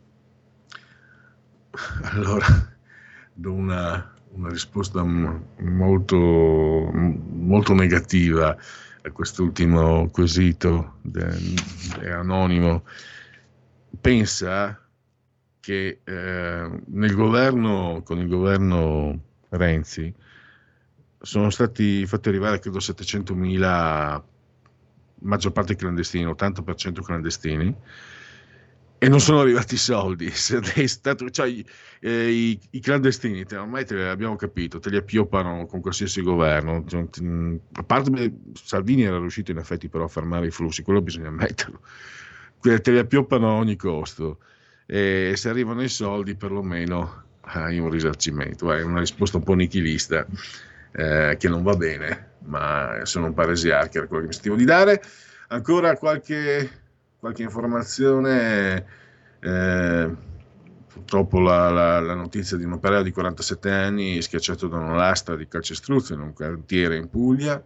Speaker 6: Allora, do una risposta molto, molto negativa a quest'ultimo quesito anonimo. Pensa che nel governo, con il governo Renzi, sono stati fatti arrivare credo 700.000, maggior parte clandestini, 80% clandestini, e non sono arrivati i soldi. È stato, cioè, i clandestini ormai te li abbiamo capito, te li appioppano con qualsiasi governo. A parte Salvini era riuscito in effetti però a fermare i flussi, quello bisogna ammetterlo, te li appioppano a ogni costo, e se arrivano i soldi perlomeno hai un risarcimento. È una risposta un po' nichilista, che non va bene, ma sono un paresiarca, era quello che mi sentivo di dare. Ancora qualche informazione, purtroppo la notizia di un operaio di 47 anni schiacciato da una lastra di calcestruzzo in un cantiere in Puglia.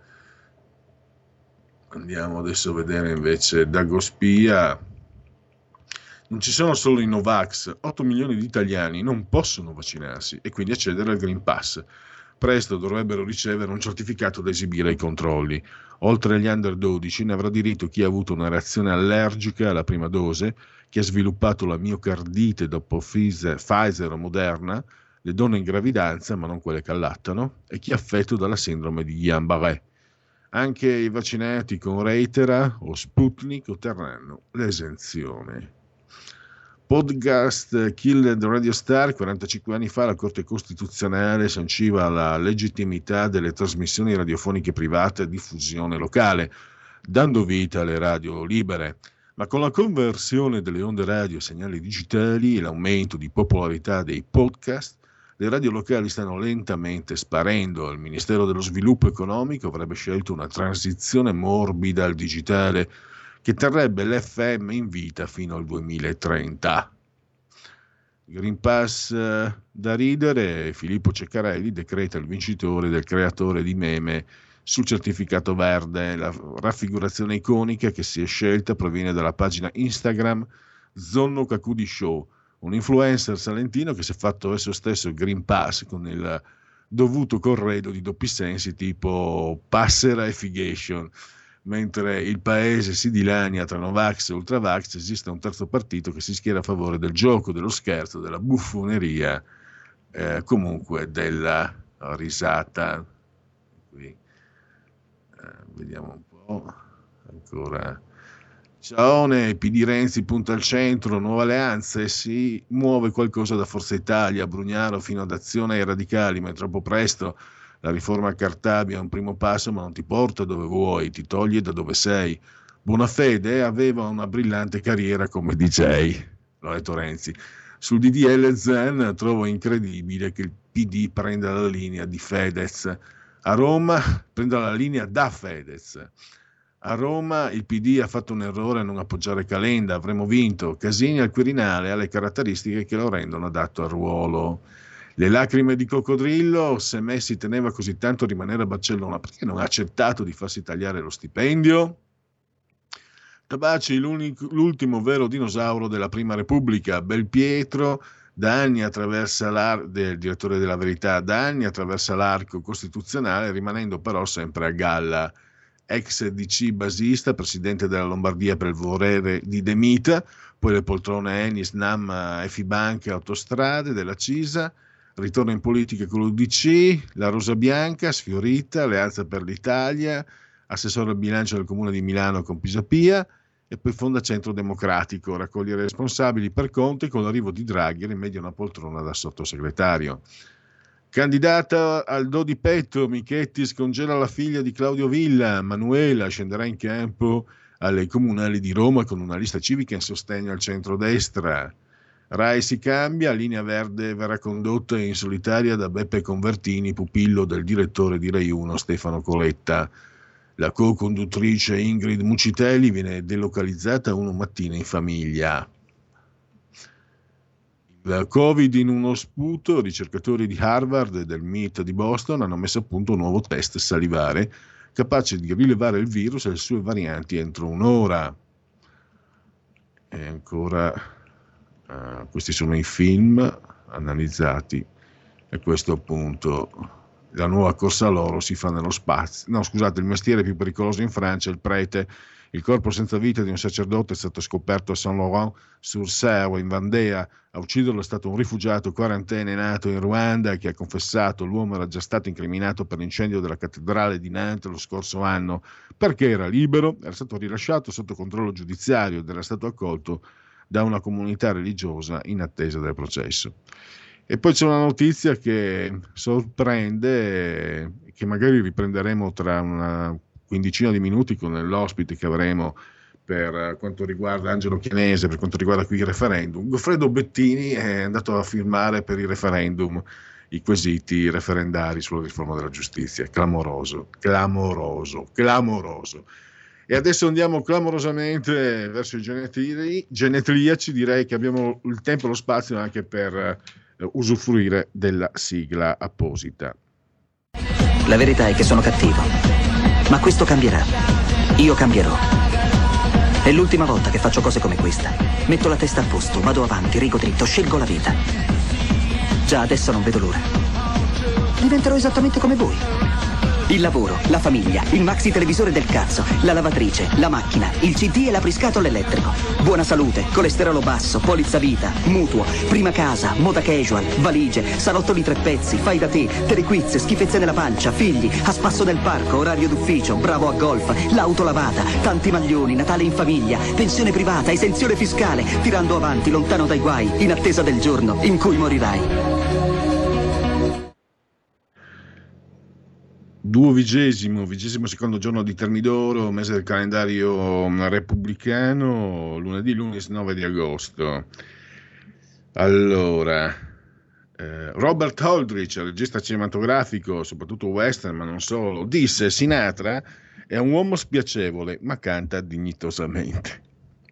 Speaker 6: Andiamo adesso a vedere invece Dagospia. Non ci sono solo i Novax, 8 milioni di italiani non possono vaccinarsi e quindi accedere al Green Pass. Presto dovrebbero ricevere un certificato da esibire ai controlli. Oltre agli under 12 ne avrà diritto chi ha avuto una reazione allergica alla prima dose, chi ha sviluppato la miocardite dopo Pfizer o Moderna, le donne in gravidanza ma non quelle che allattano, e chi è affetto dalla sindrome di Guillain-Barré. Anche i vaccinati con Reitera o Sputnik otterranno l'esenzione. Podcast Killed Radio Star. 45 anni fa la Corte Costituzionale sanciva la legittimità delle trasmissioni radiofoniche private a diffusione locale, dando vita alle radio libere. Ma con la conversione delle onde radio a segnali digitali e l'aumento di popolarità dei podcast, le radio locali stanno lentamente sparendo. Il Ministero dello Sviluppo Economico avrebbe scelto una transizione morbida al digitale che terrebbe l'FM in vita fino al 2030. Green Pass da ridere. Filippo Ceccarelli decreta il vincitore del creatore di meme sul certificato verde. La raffigurazione iconica che si è scelta proviene dalla pagina Instagram Zonno Cacudi Show, un influencer salentino che si è fatto esso stesso il Green Pass con il dovuto corredo di doppi sensi tipo passera e figation. Mentre il paese si dilania tra Novax e Ultravax, esiste un terzo partito che si schiera a favore del gioco, dello scherzo, della buffoneria, comunque della risata. Qui, vediamo un po', ancora. Ciaone, PD Renzi punta al centro, nuova alleanza, e si muove qualcosa da Forza Italia, Brugnaro fino ad Azione ai Radicali, ma è troppo presto. La riforma Cartabia è un primo passo, ma non ti porta dove vuoi, ti toglie da dove sei. Bonafede aveva una brillante carriera come DJ, Loreto Renzi. Sul DDL Zan trovo incredibile che il PD prenda la linea di Fedez. A Roma prenda la linea da Fedez. A Roma il PD ha fatto un errore a non appoggiare Calenda, avremmo vinto. Casini al Quirinale ha le caratteristiche che lo rendono adatto al ruolo. Le lacrime di coccodrillo, se Messi teneva così tanto a rimanere a Barcellona, perché non ha accettato di farsi tagliare lo stipendio? Tabacci, l'ultimo vero dinosauro della Prima Repubblica. Belpietro, da anni attraversa del direttore della Verità, da anni attraversa l'arco costituzionale, rimanendo però sempre a galla. Ex DC basista, presidente della Lombardia per il volere di De Mita, poi le poltrone Eni, Snam, Fibanca, Autostrade, della Cisa, ritorna in politica con l'UDC, la Rosa Bianca, sfiorita, Alleanza per l'Italia, assessore al bilancio del Comune di Milano con Pisapia, e poi fonda Centro Democratico, raccoglie i responsabili per Conte, con l'arrivo di Draghi rimedia una poltrona da sottosegretario. Candidata al do di petto, Michetti scongela la figlia di Claudio Villa, Manuela scenderà in campo alle comunali di Roma con una lista civica in sostegno al centrodestra. Rai si cambia, Linea Verde verrà condotta in solitaria da Beppe Convertini, pupillo del direttore di Rai 1 Stefano Coletta. La co-conduttrice Ingrid Mucitelli viene delocalizzata una mattina in famiglia. Il Covid in uno sputo, ricercatori di Harvard e del MIT di Boston hanno messo a punto un nuovo test salivare capace di rilevare il virus e le sue varianti entro un'ora. E ancora, questi sono i film analizzati, e questo appunto... La nuova corsa all'oro si fa nello spazio. No, scusate, il mestiere più pericoloso in Francia è il prete. Il corpo senza vita di un sacerdote è stato scoperto a Saint-Laurent-sur-Serre, in Vandea. A ucciderlo è stato un rifugiato quarantenne nato in Ruanda che ha confessato. L'uomo era già stato incriminato per l'incendio della cattedrale di Nantes lo scorso anno. Perché era libero, era stato rilasciato sotto controllo giudiziario ed era stato accolto da una comunità religiosa in attesa del processo. E poi c'è una notizia che sorprende, che magari riprenderemo tra una quindicina di minuti con l'ospite che avremo per quanto riguarda Angelo Chianese, per quanto riguarda qui il referendum. Goffredo Bettini è andato a firmare per il referendum i quesiti referendari sulla riforma della giustizia. Clamoroso, clamoroso, clamoroso. E adesso andiamo clamorosamente verso i genetriaci. Direi che abbiamo il tempo e lo spazio anche per usufruire della sigla apposita.
Speaker 18: La verità è che sono cattivo, ma questo cambierà. Io cambierò. È l'ultima volta che faccio cose come questa. Metto la testa a posto, vado avanti, rigo dritto, scelgo la vita. Già adesso non vedo l'ora. Diventerò esattamente come voi. Il lavoro, la famiglia, il maxi televisore del cazzo, la lavatrice, la macchina, il CD e l'apriscatole elettrico. Buona salute, colesterolo basso, polizza vita, mutuo, prima casa, moda casual, valigie, salottoli 3 pezzi, fai da te, telequiz, schifezze nella pancia, figli, a spasso nel parco, orario d'ufficio, bravo a golf, l'auto lavata, tanti maglioni, Natale in famiglia, pensione privata, esenzione fiscale, tirando avanti, lontano dai guai, in attesa del giorno in cui morirai.
Speaker 6: 22° giorno di Termidoro, mese del calendario repubblicano, lunedì 9 di agosto. Allora, Robert Aldrich, regista cinematografico, soprattutto western, ma non solo, disse: Sinatra è un uomo spiacevole, ma canta dignitosamente.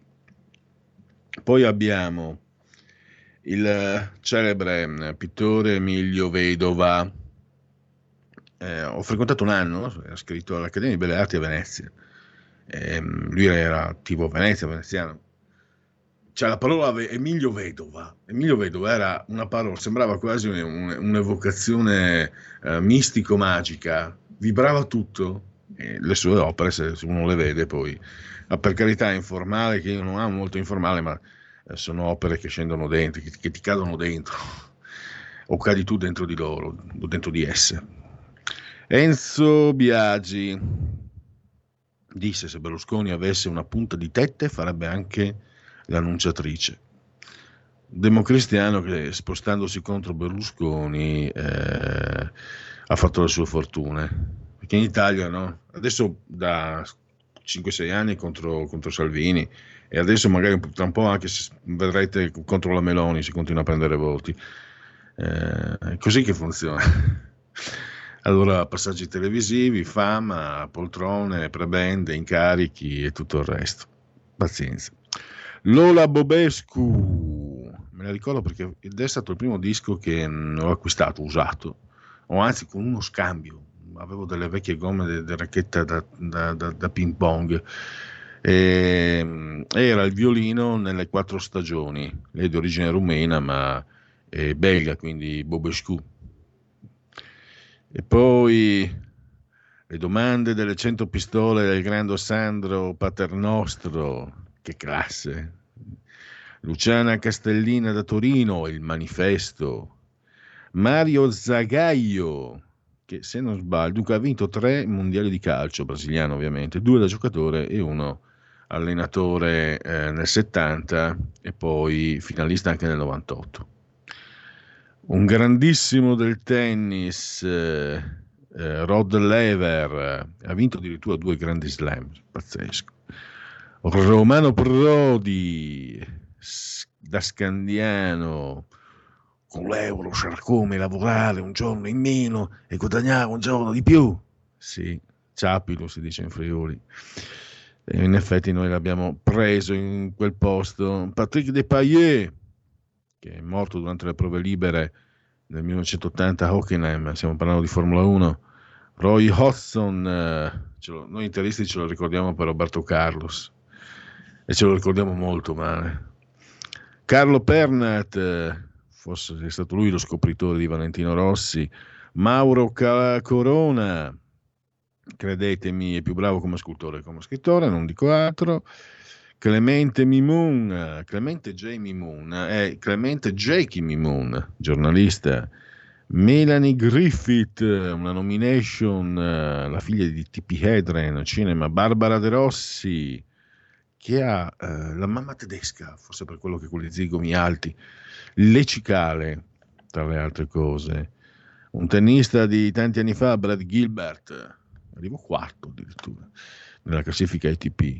Speaker 6: Poi abbiamo il celebre pittore Emilio Vedova. Ho frequentato un anno, ha scritto all'Accademia di Belle Arti a Venezia. Lui era attivo a Venezia, veneziano. Cioè la parola Emilio Vedova era una parola, sembrava quasi un'evocazione mistico-magica, vibrava tutto. Le sue opere, se uno le vede poi, per carità è informale, che io non amo molto informale, ma sono opere che scendono dentro, che ti cadono dentro, o cadi tu dentro di loro, o dentro di esse. Enzo Biagi disse: se Berlusconi avesse una punta di tette farebbe anche l'annunciatrice. Democristiano che, spostandosi contro Berlusconi, ha fatto le sue fortune, perché in Italia, no? Adesso da 5-6 anni contro Salvini, e adesso magari tra un po' anche se vedrete contro la Meloni, si continua a prendere voti. È così che funziona. Allora passaggi televisivi, fama, poltrone, prebende, incarichi e tutto il resto. Pazienza. Lola Bobescu, me la ricordo perché è stato il primo disco che ho acquistato usato, o anzi con uno scambio. Avevo delle vecchie gomme di racchetta da ping pong. Era il violino nelle 4 stagioni. Lei è di origine rumena ma è belga, quindi Bobescu. E poi le domande delle 100 pistole del grande Sandro Paternostro, che classe. Luciana Castellina da Torino, Il Manifesto. Mario Zagaio, che se non sbaglio, dunque ha vinto 3 mondiali di calcio, brasiliano ovviamente, 2 da giocatore e 1 allenatore nel 70 e poi finalista anche nel 98. Un grandissimo del tennis, Rod Laver, ha vinto addirittura 2 grandi slam, pazzesco. Romano Prodi, da Scandiano, con l'euro sarà come lavorare un giorno in meno e guadagnare un giorno di più. Sì, ciapilo si dice in Friuli. E in effetti noi l'abbiamo preso in quel posto. Patrick Depailler, che è morto durante le prove libere nel 1980 a Hockenheim, stiamo parlando di Formula 1. Roy Hodgson, noi interisti ce lo ricordiamo per Roberto Carlos e ce lo ricordiamo molto male. Carlo Pernat, forse è stato lui lo scopritore di Valentino Rossi. Mauro Corona, credetemi, è più bravo come scultore che come scrittore, non dico altro. Clemente Mimoun, Clemente Jakey Mimoun, giornalista. Melanie Griffith, una nomination, la figlia di Tippi Hedren, cinema. Barbara De Rossi, che ha la mamma tedesca, forse per quello che con gli zigomi alti. Le Cicale, tra le altre cose. Un tennista di tanti anni fa, Brad Gilbert, arrivo 4 addirittura nella classifica ATP.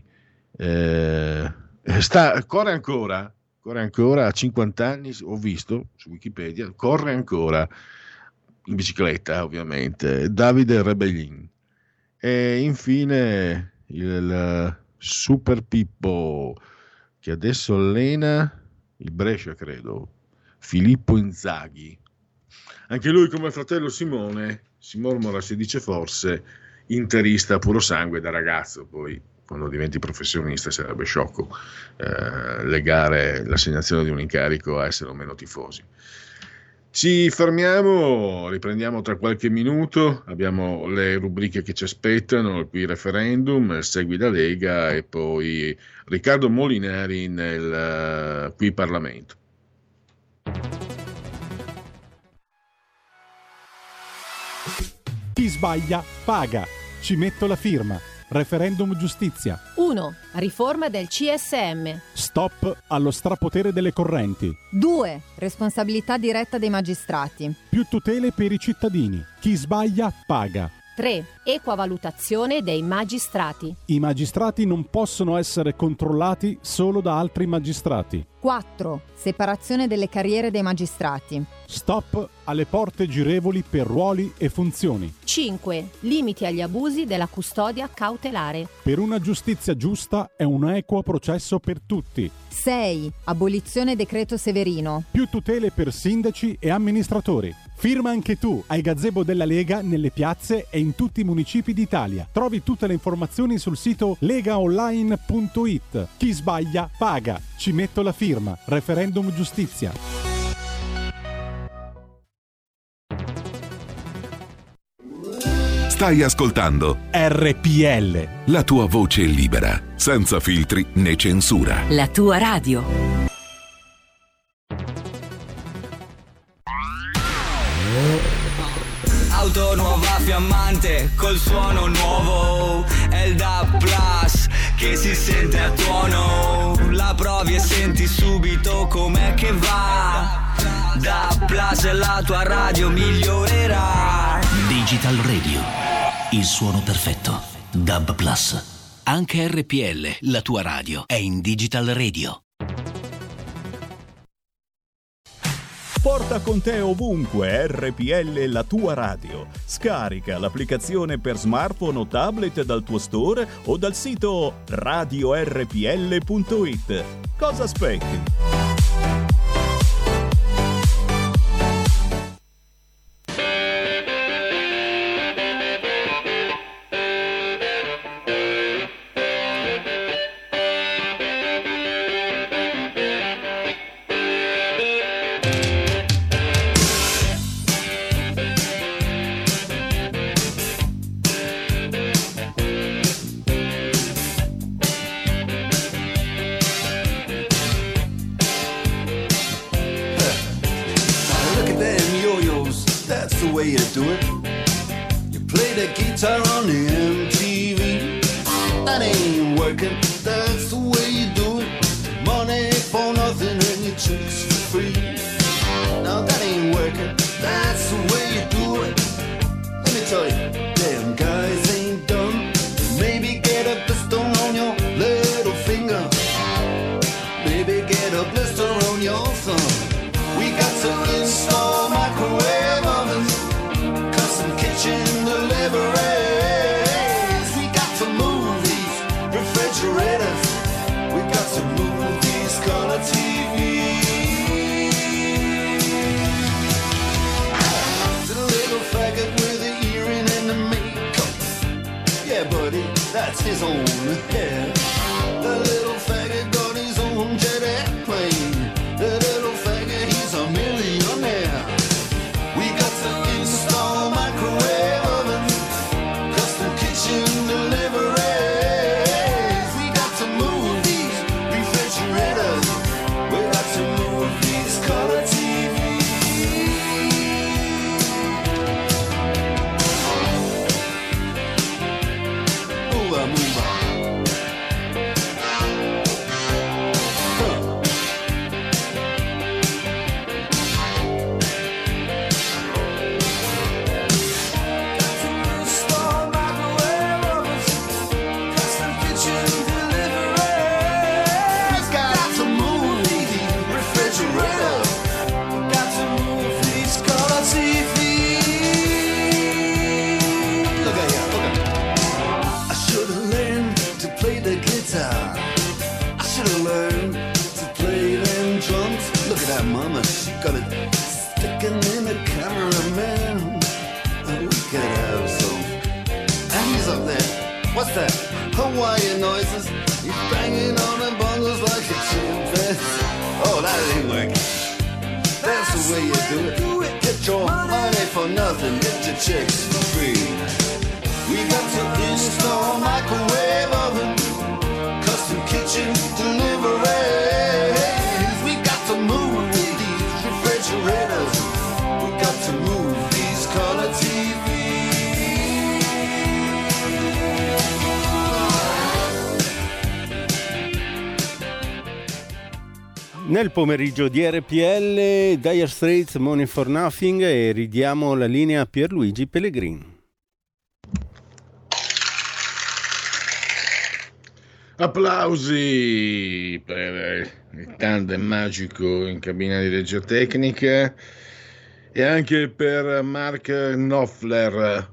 Speaker 6: Corre ancora a 50 anni, ho visto su Wikipedia, corre ancora in bicicletta ovviamente, Davide Rebellin. E infine il Super Pippo, che adesso allena il Brescia, credo, Filippo Inzaghi, anche lui come fratello Simone, si mormora, si dice forse interista puro sangue da ragazzo, poi quando diventi professionista sarebbe sciocco legare l'assegnazione di un incarico a essere o meno tifosi. Ci fermiamo, riprendiamo tra qualche minuto, abbiamo le rubriche che ci aspettano, il qui referendum, Segui da Lega e poi Riccardo Molinari nel qui Parlamento.
Speaker 10: Chi sbaglia paga. Ci metto la firma. Referendum giustizia.
Speaker 11: 1. Riforma del CSM.
Speaker 10: Stop allo strapotere delle correnti.
Speaker 19: 2. Responsabilità diretta dei magistrati.
Speaker 10: Più tutele per i cittadini. Chi sbaglia paga.
Speaker 11: 3. Equa valutazione dei magistrati.
Speaker 10: I magistrati non possono essere controllati solo da altri magistrati.
Speaker 19: 4. Separazione delle carriere dei magistrati.
Speaker 10: Stop alle porte girevoli per ruoli e funzioni.
Speaker 11: 5. Limiti agli abusi della custodia cautelare.
Speaker 10: Per una giustizia giusta e un equo processo per tutti.
Speaker 19: 6. Abolizione decreto Severino.
Speaker 10: Più tutele per sindaci e amministratori. Firma anche tu ai gazebo della Lega nelle piazze e in tutti i municipi d'Italia. Trovi tutte le informazioni sul sito legaonline.it. Chi sbaglia paga. Ci metto la firma. Referendum giustizia.
Speaker 16: Stai ascoltando
Speaker 1: RPL.
Speaker 16: La tua voce libera, senza filtri né censura.
Speaker 1: La tua radio.
Speaker 17: Auto nuova fiammante col suono nuovo, è il DAB Plus che si sente a tuono. La provi e senti subito com'è che va. DAB Plus, la tua radio migliorerà.
Speaker 15: Digital Radio, il suono perfetto. DAB Plus. Anche RPL, la tua radio, è in Digital Radio.
Speaker 12: Porta con te ovunque RPL, la tua radio. Scarica l'applicazione per smartphone o tablet dal tuo store o dal sito radiorpl.it. Cosa aspetti?
Speaker 13: Nel pomeriggio di RPL, Dire Straits, Money for Nothing, e ridiamo la linea a Pierluigi Pellegrin.
Speaker 6: Applausi per il tandem magico in cabina di regia tecnica e anche per Mark Knopfler,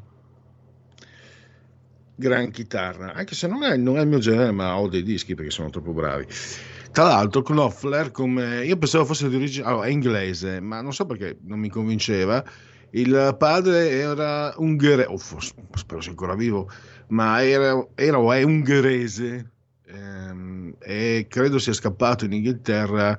Speaker 6: gran chitarra, anche se non è il mio genere, ma ho dei dischi perché sono troppo bravi. Tra l'altro Knopfler, come io pensavo fosse di origine, allora, è inglese, ma non so perché non mi convinceva. Il padre era ungherese, spero sia ancora vivo, ma era o è ungherese, e credo sia scappato in Inghilterra,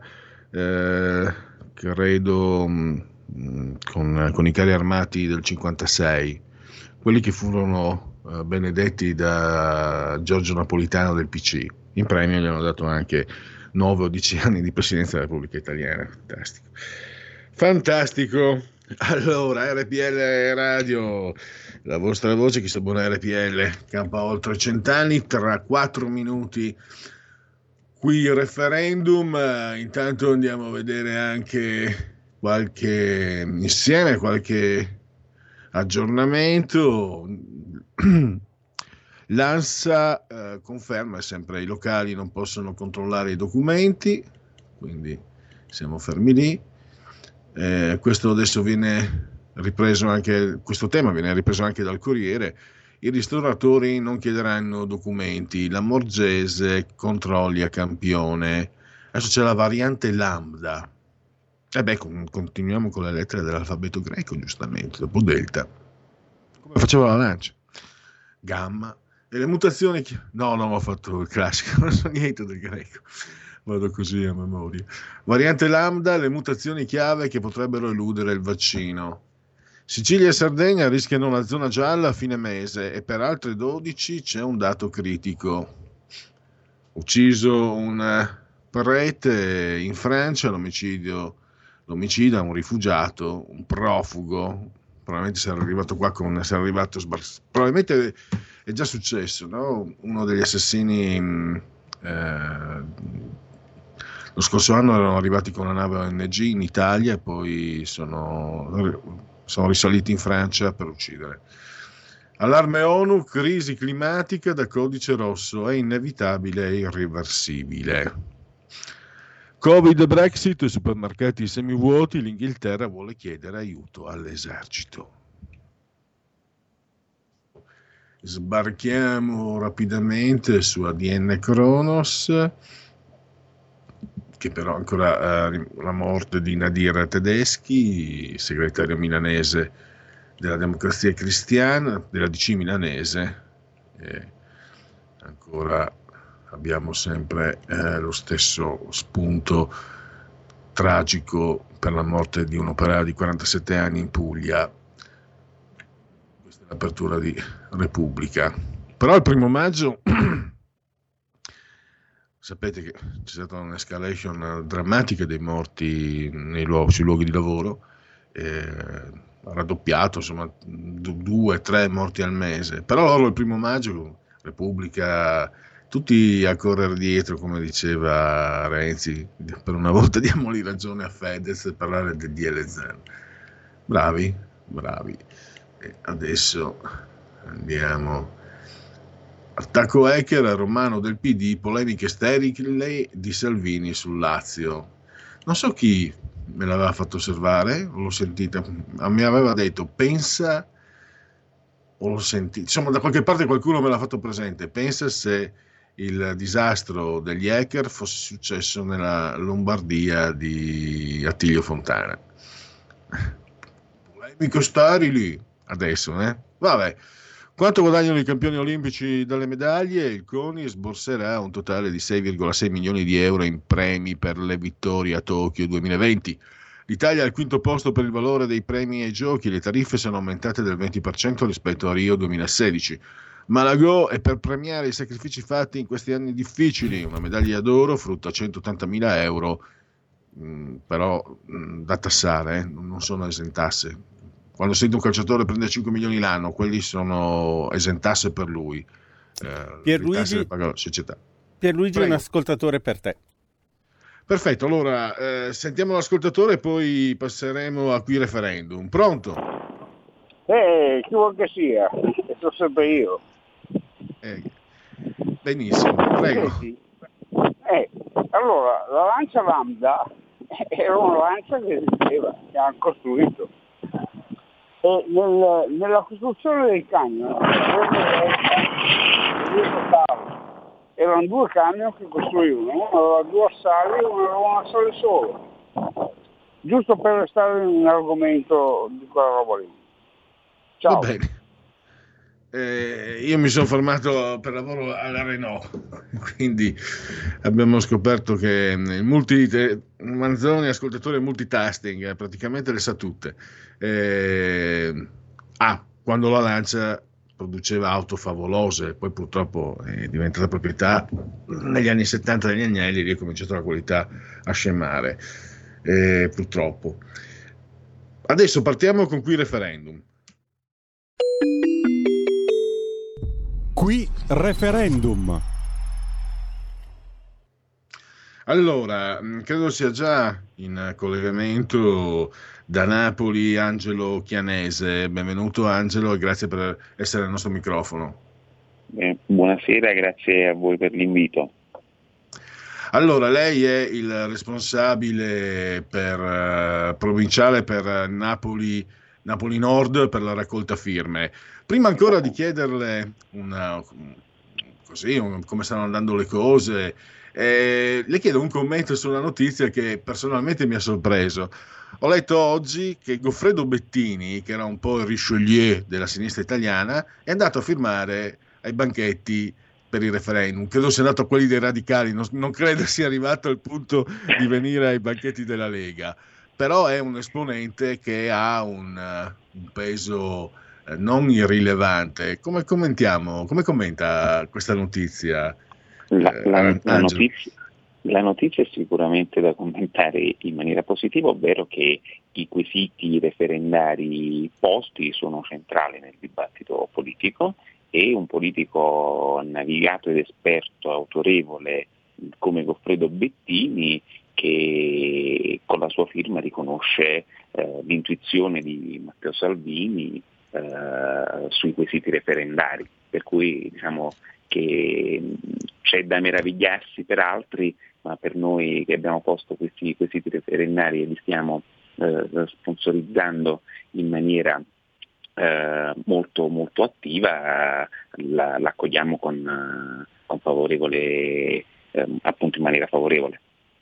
Speaker 6: credo con i carri armati del 56, quelli che furono benedetti da Giorgio Napolitano del PC. In premio gli hanno dato anche 9 o 10 anni di presidenza della Repubblica Italiana. Fantastico. Allora, RPL Radio, la vostra voce, chi sa buona RPL, campa oltre 100 anni, tra 4 minuti qui il referendum. Intanto andiamo a vedere anche qualche aggiornamento. L'ANSA conferma sempre i locali non possono controllare i documenti, quindi siamo fermi lì. Questo adesso viene ripreso anche, questo tema viene ripreso anche dal Corriere. I ristoratori non chiederanno documenti, la Morgese controlli a campione. Adesso c'è la variante Lambda. Continuiamo con le lettere dell'alfabeto greco, giustamente, dopo Delta, come faceva la Lancia. Gamma. E le mutazioni... No, ho fatto il classico, non so niente del greco. Vado così a memoria. Variante Lambda, le mutazioni chiave che potrebbero eludere il vaccino. Sicilia e Sardegna rischiano una zona gialla a fine mese e per altre 12 c'è un dato critico. Ucciso un prete in Francia, l'omicida, un rifugiato, un profugo. Probabilmente probabilmente è già successo, no? Uno degli assassini lo scorso anno erano arrivati con una nave ONG in Italia e poi sono risaliti in Francia per uccidere. Allarme ONU, crisi climatica da codice rosso, è inevitabile e irreversibile. Covid e Brexit, supermercati semivuoti, l'Inghilterra vuole chiedere aiuto all'esercito. Sbarchiamo rapidamente su ADN Kronos, che però ancora la morte di Nadir Tedeschi, segretario milanese della Democrazia Cristiana, della DC milanese. Ancora abbiamo sempre lo stesso spunto tragico per la morte di un operaio di 47 anni in Puglia. Questa è l'apertura di Repubblica. Però il 1 maggio sapete che c'è stata un'escalation drammatica dei morti sui luoghi di lavoro, raddoppiato, insomma 2-3 morti al mese. Però loro il 1 maggio, Repubblica, tutti a correre dietro, come diceva Renzi, per una volta diamogli ragione a Fedez e parlare del DL Zan. Bravi. E adesso andiamo. Attacco hacker a Romano del PD, polemiche sterili di Salvini sul Lazio. Non so chi me l'aveva fatto osservare, l'ho sentita, mi aveva detto pensa, o l'ho sentito, insomma da qualche parte qualcuno me l'ha fatto presente, pensa se il disastro degli hacker fosse successo nella Lombardia di Attilio Fontana. Polemiche sterili adesso, Vabbè. Quanto guadagnano i campioni olimpici dalle medaglie? Il CONI sborserà un totale di 6,6 milioni di euro in premi per le vittorie a Tokyo 2020. L'Italia è al 5° posto per il valore dei premi ai giochi, le tariffe sono aumentate del 20% rispetto a Rio 2016. Ma la Go è per premiare i sacrifici fatti in questi anni difficili. Una medaglia d'oro frutta 180.000 euro, però da tassare, non sono esentasse. Quando sento un calciatore prende 5 milioni l'anno, quelli sono esentasse per lui.
Speaker 13: Pierluigi
Speaker 6: paga la società.
Speaker 13: Pierluigi è un ascoltatore per te.
Speaker 6: Perfetto, allora sentiamo l'ascoltatore e poi passeremo a qui referendum. Pronto?
Speaker 20: Chi vuol che sia, sono sempre io.
Speaker 6: Benissimo, prego.
Speaker 20: Allora, la lancia Lambda era una lancia che hanno costruito. E nella costruzione del camion erano 2 camion che costruivano, uno aveva 2 assali e uno aveva un assale solo, giusto per restare in argomento di quella roba lì. Ciao.
Speaker 6: Va bene. Io mi sono fermato per lavoro alla Renault, quindi abbiamo scoperto che Manzoni, ascoltatore multitasking, praticamente le sa tutte. Quando la Lancia produceva auto favolose, poi purtroppo è diventata proprietà negli anni 70 degli Agnelli, lì è cominciata la qualità a scemare, purtroppo. Adesso partiamo con qui referendum.
Speaker 10: Qui referendum.
Speaker 6: Allora, credo sia già in collegamento da Napoli Angelo Chianese. Benvenuto Angelo e grazie per essere al nostro microfono.
Speaker 21: Buonasera, grazie a voi per l'invito.
Speaker 6: Allora, lei è il responsabile provinciale per Napoli Nord per la raccolta firme. Prima ancora di chiederle come stanno andando le cose, le chiedo un commento sulla notizia che personalmente mi ha sorpreso. Ho letto oggi che Goffredo Bettini, che era un po' il Richelieu della sinistra italiana, è andato a firmare ai banchetti per il referendum. Credo sia andato a quelli dei radicali, non credo sia arrivato al punto di venire ai banchetti della Lega, però è un esponente che ha un peso non irrilevante. Come commenta questa notizia?
Speaker 21: La notizia è sicuramente da commentare in maniera positiva, ovvero che i quesiti referendari posti sono centrali nel dibattito politico e un politico navigato ed esperto, autorevole come Goffredo Bettini, che con la sua firma riconosce l'intuizione di Matteo Salvini sui quesiti referendari, per cui diciamo che c'è da meravigliarsi per altri, ma per noi che abbiamo posto questi quesiti referendari e li stiamo sponsorizzando in maniera molto molto attiva, l'accogliamo con favorevole, appunto in maniera favorevole.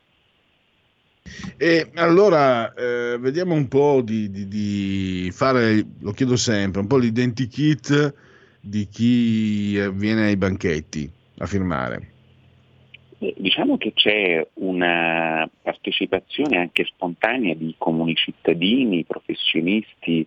Speaker 6: E allora vediamo un po' di fare, lo chiedo sempre, un po' l'identikit di chi viene ai banchetti a firmare.
Speaker 21: Diciamo che c'è una partecipazione anche spontanea di comuni cittadini, professionisti,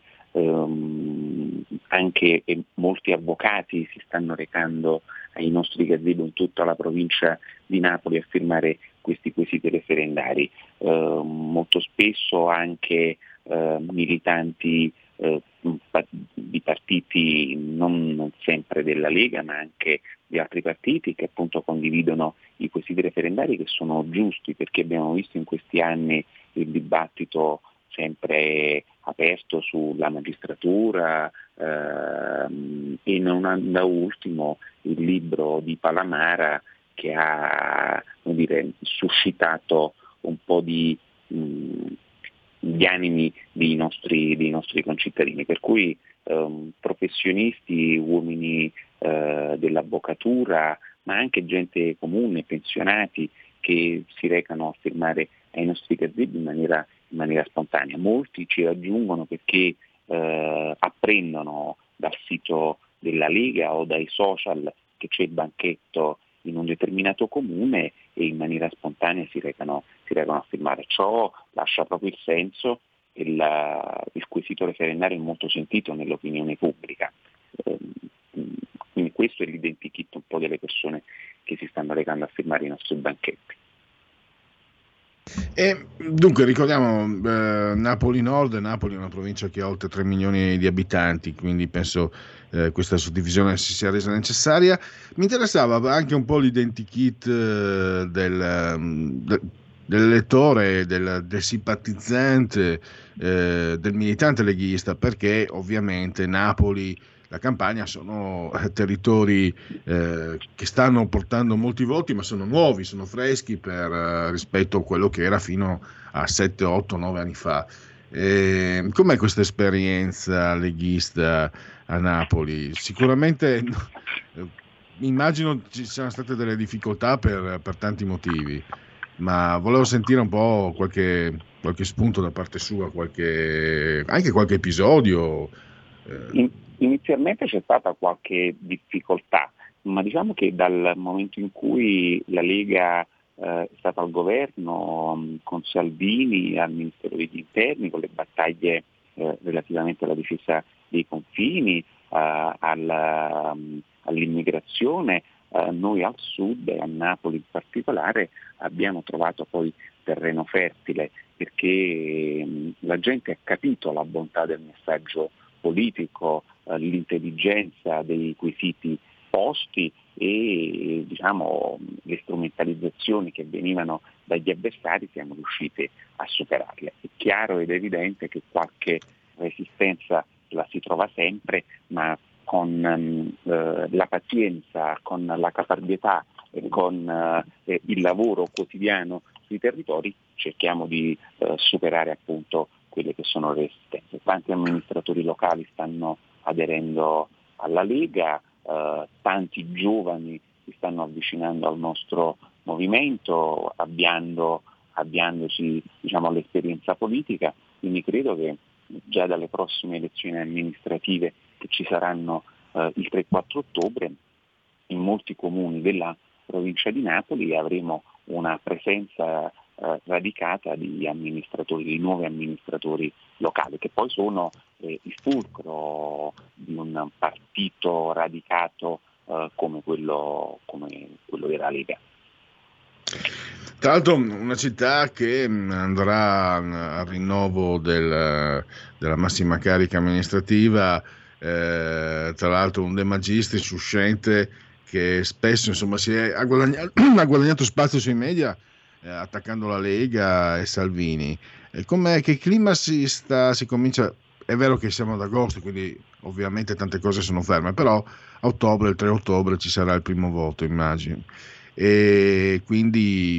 Speaker 21: anche molti avvocati si stanno recando ai nostri gazebo in tutta la provincia di Napoli a firmare questi quesiti referendari. Molto spesso anche militanti di partiti non sempre della Lega, ma anche di altri partiti che appunto condividono i quesiti referendari, che sono giusti, perché abbiamo visto in questi anni il dibattito sempre aperto sulla magistratura e non da ultimo il libro di Palamara che ha, come dire, suscitato un po' di gli animi dei nostri concittadini, per cui professionisti, uomini dell'avvocatura, ma anche gente comune, pensionati che si recano a firmare ai nostri gazebo in maniera spontanea. Molti ci raggiungono perché apprendono dal sito della Lega o dai social che c'è il banchetto in un determinato comune e in maniera spontanea si recano a firmare. Ciò lascia proprio il senso e il quesito referendario è molto sentito nell'opinione pubblica. Quindi questo è l'identikit un po' delle persone che si stanno recando a firmare i nostri banchetti.
Speaker 6: E dunque ricordiamo Napoli Nord. Napoli è una provincia che ha oltre 3 milioni di abitanti, quindi penso questa suddivisione si sia resa necessaria. Mi interessava anche un po' l'identikit dell'elettore, del simpatizzante, del militante leghista, perché ovviamente Napoli, la Campania sono territori che stanno portando molti voti, ma sono nuovi, sono freschi rispetto a quello che era fino a 7, 8, 9 anni fa. Com'è questa esperienza leghista a Napoli? Sicuramente immagino ci siano state delle difficoltà per tanti motivi, ma volevo sentire un po' qualche spunto da parte sua, anche qualche episodio.
Speaker 21: Inizialmente c'è stata qualche difficoltà, ma diciamo che dal momento in cui la Lega è stata al governo con Salvini al Ministero degli Interni, con le battaglie relativamente alla difesa dei confini, all'immigrazione, noi al sud e a Napoli in particolare abbiamo trovato poi terreno fertile, perché la gente ha capito la bontà del messaggio politico, l'intelligenza dei quesiti posti e diciamo, le strumentalizzazioni che venivano dagli avversari siamo riusciti a superarle. È chiaro ed evidente che qualche resistenza la si trova sempre, ma con la pazienza, con la caparbietà e con il lavoro quotidiano sui territori cerchiamo di superare appunto quelle che sono le resistenze. Tanti amministratori locali stanno aderendo alla Lega, tanti giovani si stanno avvicinando al nostro movimento, avviandosi diciamo, all'esperienza politica, quindi credo che già dalle prossime elezioni amministrative che ci saranno il 3-4 ottobre in molti comuni della provincia di Napoli avremo una presenza radicata di amministratori, di nuovi amministratori locali, che poi sono il fulcro di un partito radicato come quello della Lega.
Speaker 6: Tra l'altro una città che andrà al rinnovo della massima carica amministrativa, tra l'altro un De Magistris uscente che spesso insomma ha guadagnato spazio sui media attaccando la Lega e Salvini. Che clima si comincia? È vero che siamo ad agosto, quindi ovviamente tante cose sono ferme, però a ottobre, il 3 ottobre ci sarà il primo voto, immagino, e quindi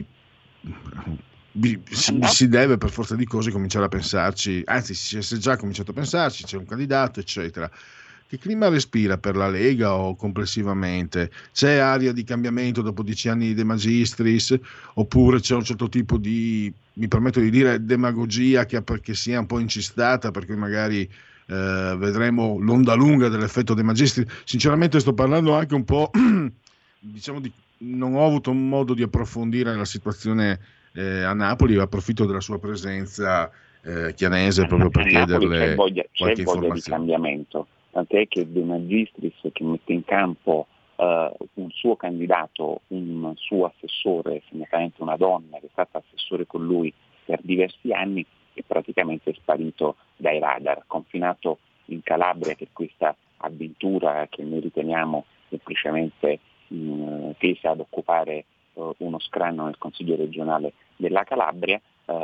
Speaker 6: si deve per forza di cose cominciare a pensarci, anzi si è già cominciato a pensarci, c'è un candidato eccetera. Che clima respira per la Lega o complessivamente? C'è aria di cambiamento dopo 10 anni di De Magistris, oppure c'è un certo tipo di, mi permetto di dire, demagogia che sia un po' incistata, per cui magari vedremo l'onda lunga dell'effetto De Magistris? Sinceramente sto parlando anche un po', diciamo, non ho avuto modo di approfondire la situazione a Napoli, approfitto della sua presenza chianese proprio per chiederle qualche informazione.
Speaker 21: Di cambiamento. Tant'è che De Magistris, che mette in campo un suo candidato, un suo assessore, segnatamente una donna che è stata assessore con lui per diversi anni, è praticamente sparito dai radar, confinato in Calabria per questa avventura che noi riteniamo semplicemente tesa ad occupare uno scranno nel Consiglio regionale della Calabria.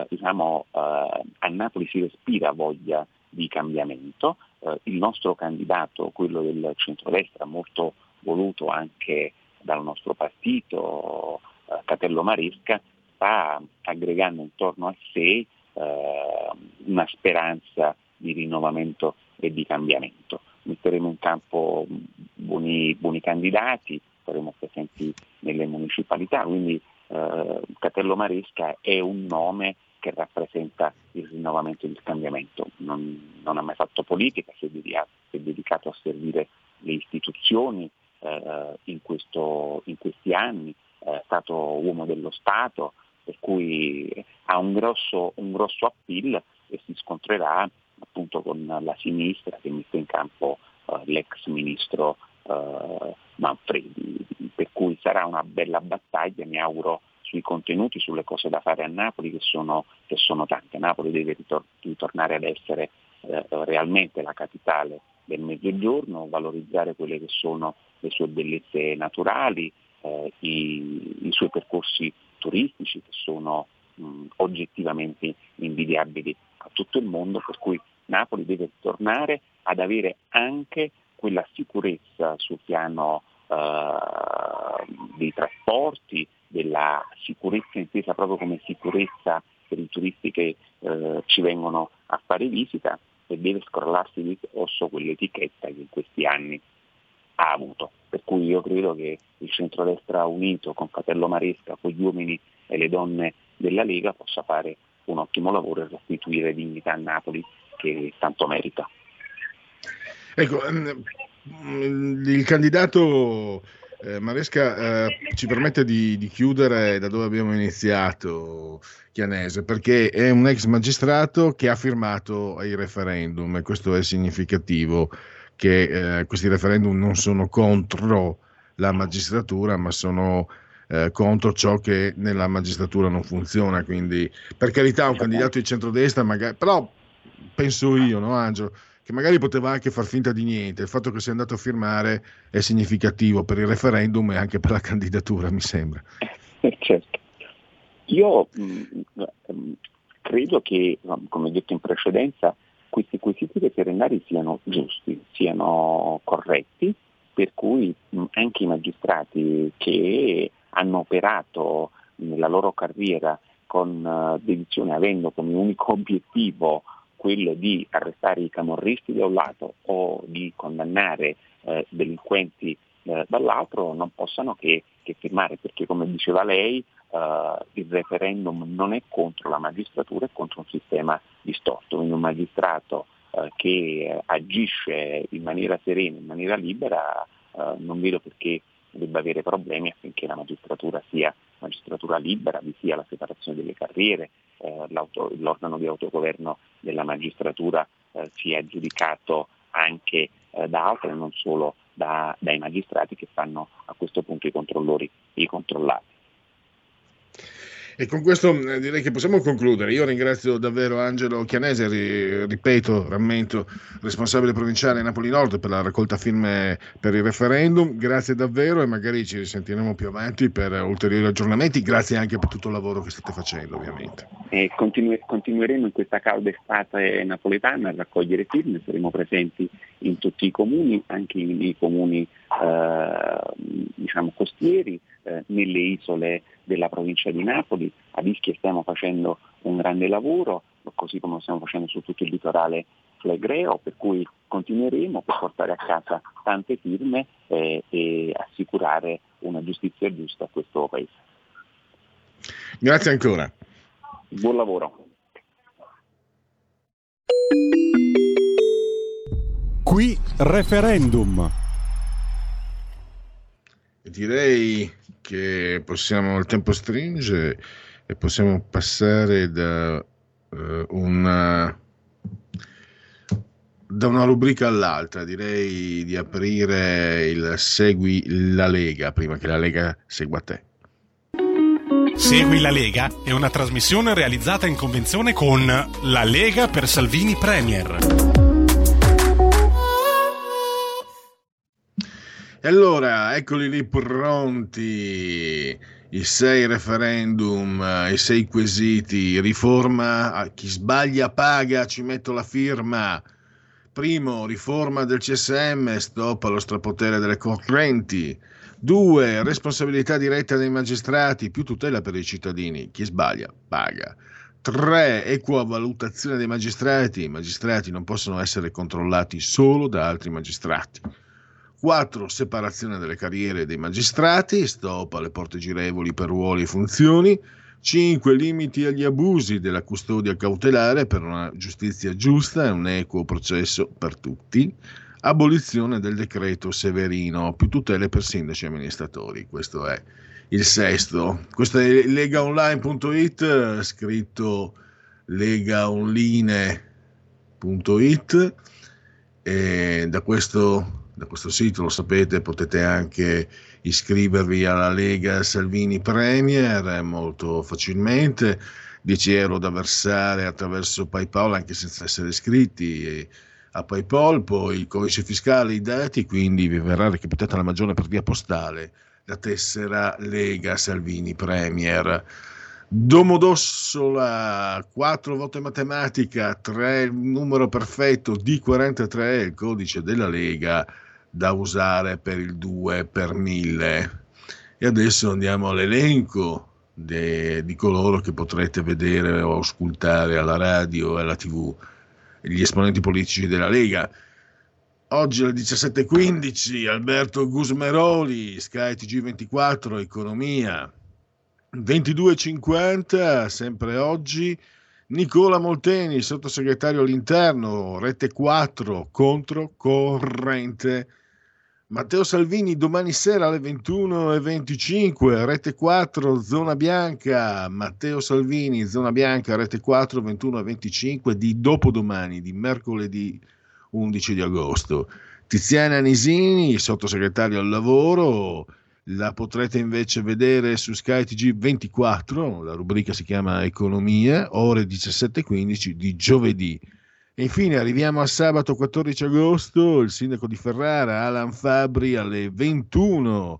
Speaker 21: A Napoli si respira voglia di cambiamento. Il nostro candidato, quello del centrodestra, molto voluto anche dal nostro partito, Catello Maresca, sta aggregando intorno a sé una speranza di rinnovamento e di cambiamento. Metteremo in campo buoni candidati, saremo presenti nelle municipalità, quindi Catello Maresca è un nome che rappresenta il rinnovamento e il cambiamento. Non ha mai fatto politica, si è dedicato a servire le istituzioni in questi anni, è stato uomo dello Stato, per cui ha un grosso appeal e si scontrerà appunto con la sinistra che mette in campo l'ex ministro Manfredi, per cui sarà una bella battaglia, mi auguro, sui contenuti, sulle cose da fare a Napoli che sono tante. Napoli deve ritornare ad essere realmente la capitale del Mezzogiorno, valorizzare quelle che sono le sue bellezze naturali, i suoi percorsi turistici che sono oggettivamente invidiabili a tutto il mondo, per cui Napoli deve tornare ad avere anche quella sicurezza sul piano dei trasporti, della sicurezza intesa proprio come sicurezza per i turisti che ci vengono a fare visita, e deve scrollarsi di dosso quell'etichetta che in questi anni ha avuto. Per cui io credo che il centrodestra unito con Catello Maresca, con gli uomini e le donne della Lega, possa fare un ottimo lavoro e restituire dignità a Napoli che tanto merita.
Speaker 6: Ecco, il candidato Maresca ci permette di chiudere da dove abbiamo iniziato, Chianese, perché è un ex magistrato che ha firmato ai referendum, e questo è significativo, che questi referendum non sono contro la magistratura, ma sono contro ciò che nella magistratura non funziona. Quindi, per carità, un candidato di centrodestra magari, però penso io, no Angelo, che magari poteva anche far finta di niente. Il fatto che sia andato a firmare è significativo per il referendum e anche per la candidatura, mi sembra.
Speaker 21: Certo. Io credo che, come detto in precedenza, questi quesiti referendari siano giusti, siano corretti, per cui anche i magistrati che hanno operato nella loro carriera con dedizione, avendo come unico obiettivo quello di arrestare i camorristi da un lato o di condannare delinquenti dall'altro, non possano che firmare, perché come diceva lei il referendum non è contro la magistratura, è contro un sistema distorto. Quindi un magistrato che agisce in maniera serena, in maniera libera, non vedo perché debba avere problemi affinché la magistratura sia magistratura libera, vi sia la separazione delle carriere, l'organo di autogoverno della magistratura sia giudicato anche da altri e non solo dai magistrati che fanno a questo punto i controllori e i controllati.
Speaker 6: E con questo direi che possiamo concludere. Io ringrazio davvero Angelo Chianese, ripeto, rammento, responsabile provinciale Napoli Nord per la raccolta firme per il referendum. Grazie davvero e magari ci risentiremo più avanti per ulteriori aggiornamenti. Grazie anche per tutto il lavoro che state facendo, ovviamente.
Speaker 21: E continueremo in questa calda estate napoletana a raccogliere firme, saremo presenti in tutti i comuni, anche nei comuni costieri, nelle isole della provincia di Napoli. Ad Ischia stiamo facendo un grande lavoro, così come lo stiamo facendo su tutto il litorale flegreo, per cui continueremo per portare a casa tante firme e assicurare una giustizia giusta a questo paese.
Speaker 6: Grazie ancora.
Speaker 21: Buon lavoro.
Speaker 10: Qui referendum.
Speaker 6: Direi che il tempo stringe e possiamo passare da una rubrica all'altra. Direi di aprire il Segui la Lega prima che la Lega segua te.
Speaker 1: Segui la Lega è una trasmissione realizzata in convenzione con La Lega per Salvini Premier.
Speaker 6: E allora, eccoli lì pronti, i 6 referendum, i 6 quesiti, riforma, chi sbaglia paga, ci metto la firma. Primo, riforma del CSM, stop allo strapotere delle correnti. 2, responsabilità diretta dei magistrati, più tutela per i cittadini, chi sbaglia paga. 3, equa valutazione dei magistrati, i magistrati non possono essere controllati solo da altri magistrati. 4, separazione delle carriere dei magistrati, stop alle porte girevoli per ruoli e funzioni. 5, limiti agli abusi della custodia cautelare per una giustizia giusta e un equo processo per tutti. Abolizione del decreto Severino, più tutele per sindaci e amministratori. Questo è il 6. Questo è legaonline.it, scritto legaonline.it, e da questo sito, lo sapete, potete anche iscrivervi alla Lega Salvini Premier molto facilmente, 10 euro da versare attraverso PayPal anche senza essere iscritti a PayPal, poi il codice fiscale, i dati, quindi vi verrà recapitata la maggiore per via postale la tessera Lega Salvini Premier. Domodossola, 4 voto in matematica, 3 il numero perfetto, D43 è il codice della Lega da usare per il 2 per 1000. E adesso andiamo all'elenco di coloro che potrete vedere o ascoltare alla radio e alla TV, gli esponenti politici della Lega. Oggi alle 17:15 Alberto Gusmeroli, Sky TG24, Economia. 22:50, sempre oggi, Nicola Molteni, sottosegretario all'interno, Rete 4, controcorrente. Matteo Salvini domani sera alle 21:25, Rete 4, Zona Bianca. Matteo Salvini, Zona Bianca, Rete 4, 21:25 di dopodomani, di mercoledì 11 di agosto. Tiziana Nisini, sottosegretario al lavoro, la potrete invece vedere su Sky TG24, la rubrica si chiama Economia, ore 17:15 di giovedì E infine arriviamo a sabato 14 agosto, il sindaco di Ferrara, Alan Fabbri, alle 21,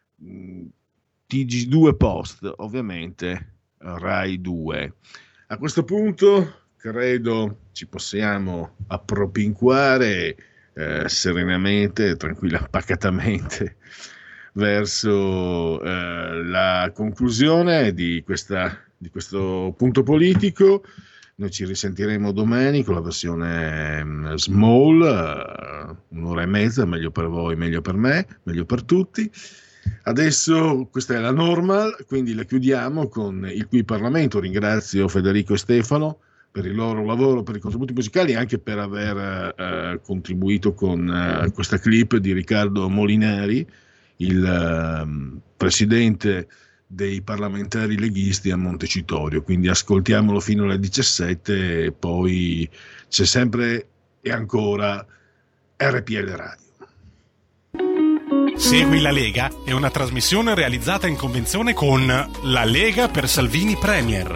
Speaker 6: TG2 Post, ovviamente Rai 2. A questo punto credo ci possiamo appropinquare serenamente, tranquilla, pacatamente verso la conclusione di questo punto politico. Noi ci risentiremo domani con la versione small, un'ora e mezza, meglio per voi, meglio per me, meglio per tutti. Adesso questa è la normal, quindi la chiudiamo con il Qui Parlamento. Ringrazio Federico e Stefano per il loro lavoro, per i contributi musicali e anche per aver contribuito con questa clip di Riccardo Molinari, il presidente dei parlamentari leghisti a Montecitorio. Quindi ascoltiamolo fino alle 17 e poi c'è sempre e ancora RPL Radio.
Speaker 1: Segui la Lega è una trasmissione realizzata in convenzione con La Lega per Salvini Premier.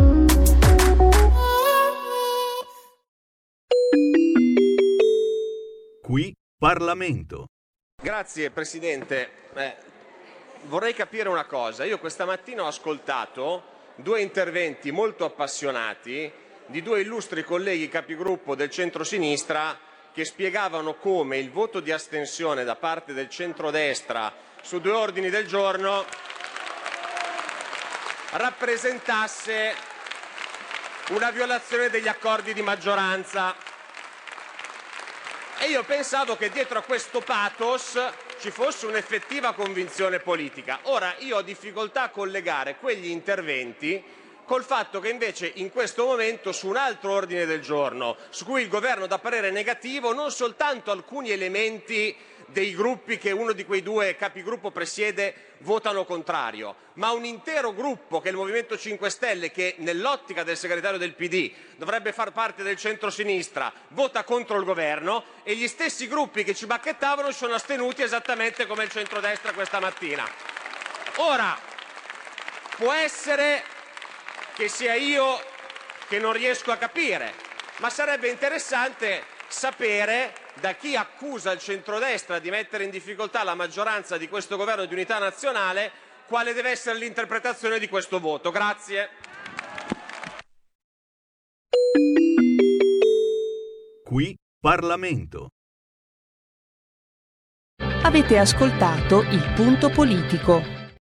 Speaker 12: Qui Parlamento.
Speaker 2: Grazie Presidente. Vorrei capire una cosa. Io questa mattina ho ascoltato due interventi molto appassionati di due illustri colleghi capigruppo del centro-sinistra che spiegavano come il voto di astensione da parte del centrodestra su due ordini del giorno rappresentasse una violazione degli accordi di maggioranza. E io pensavo che dietro a questo pathos ci fosse un'effettiva convinzione politica. Ora io ho difficoltà a collegare quegli interventi col fatto che invece in questo momento su un altro ordine del giorno, su cui il governo dà parere negativo, non soltanto alcuni elementi dei gruppi che uno di quei due capigruppo presiede votano contrario, ma un intero gruppo che è il Movimento 5 Stelle, che nell'ottica del segretario del PD dovrebbe far parte del centro-sinistra, vota contro il governo, e gli stessi gruppi che ci bacchettavano si sono astenuti esattamente come il centrodestra questa mattina. Ora, può essere che sia io che non riesco a capire, ma sarebbe interessante sapere da chi accusa il centrodestra di mettere in difficoltà la maggioranza di questo governo di unità nazionale quale deve essere l'interpretazione di questo voto. Grazie.
Speaker 12: Qui Parlamento.
Speaker 22: Avete ascoltato Il Punto Politico.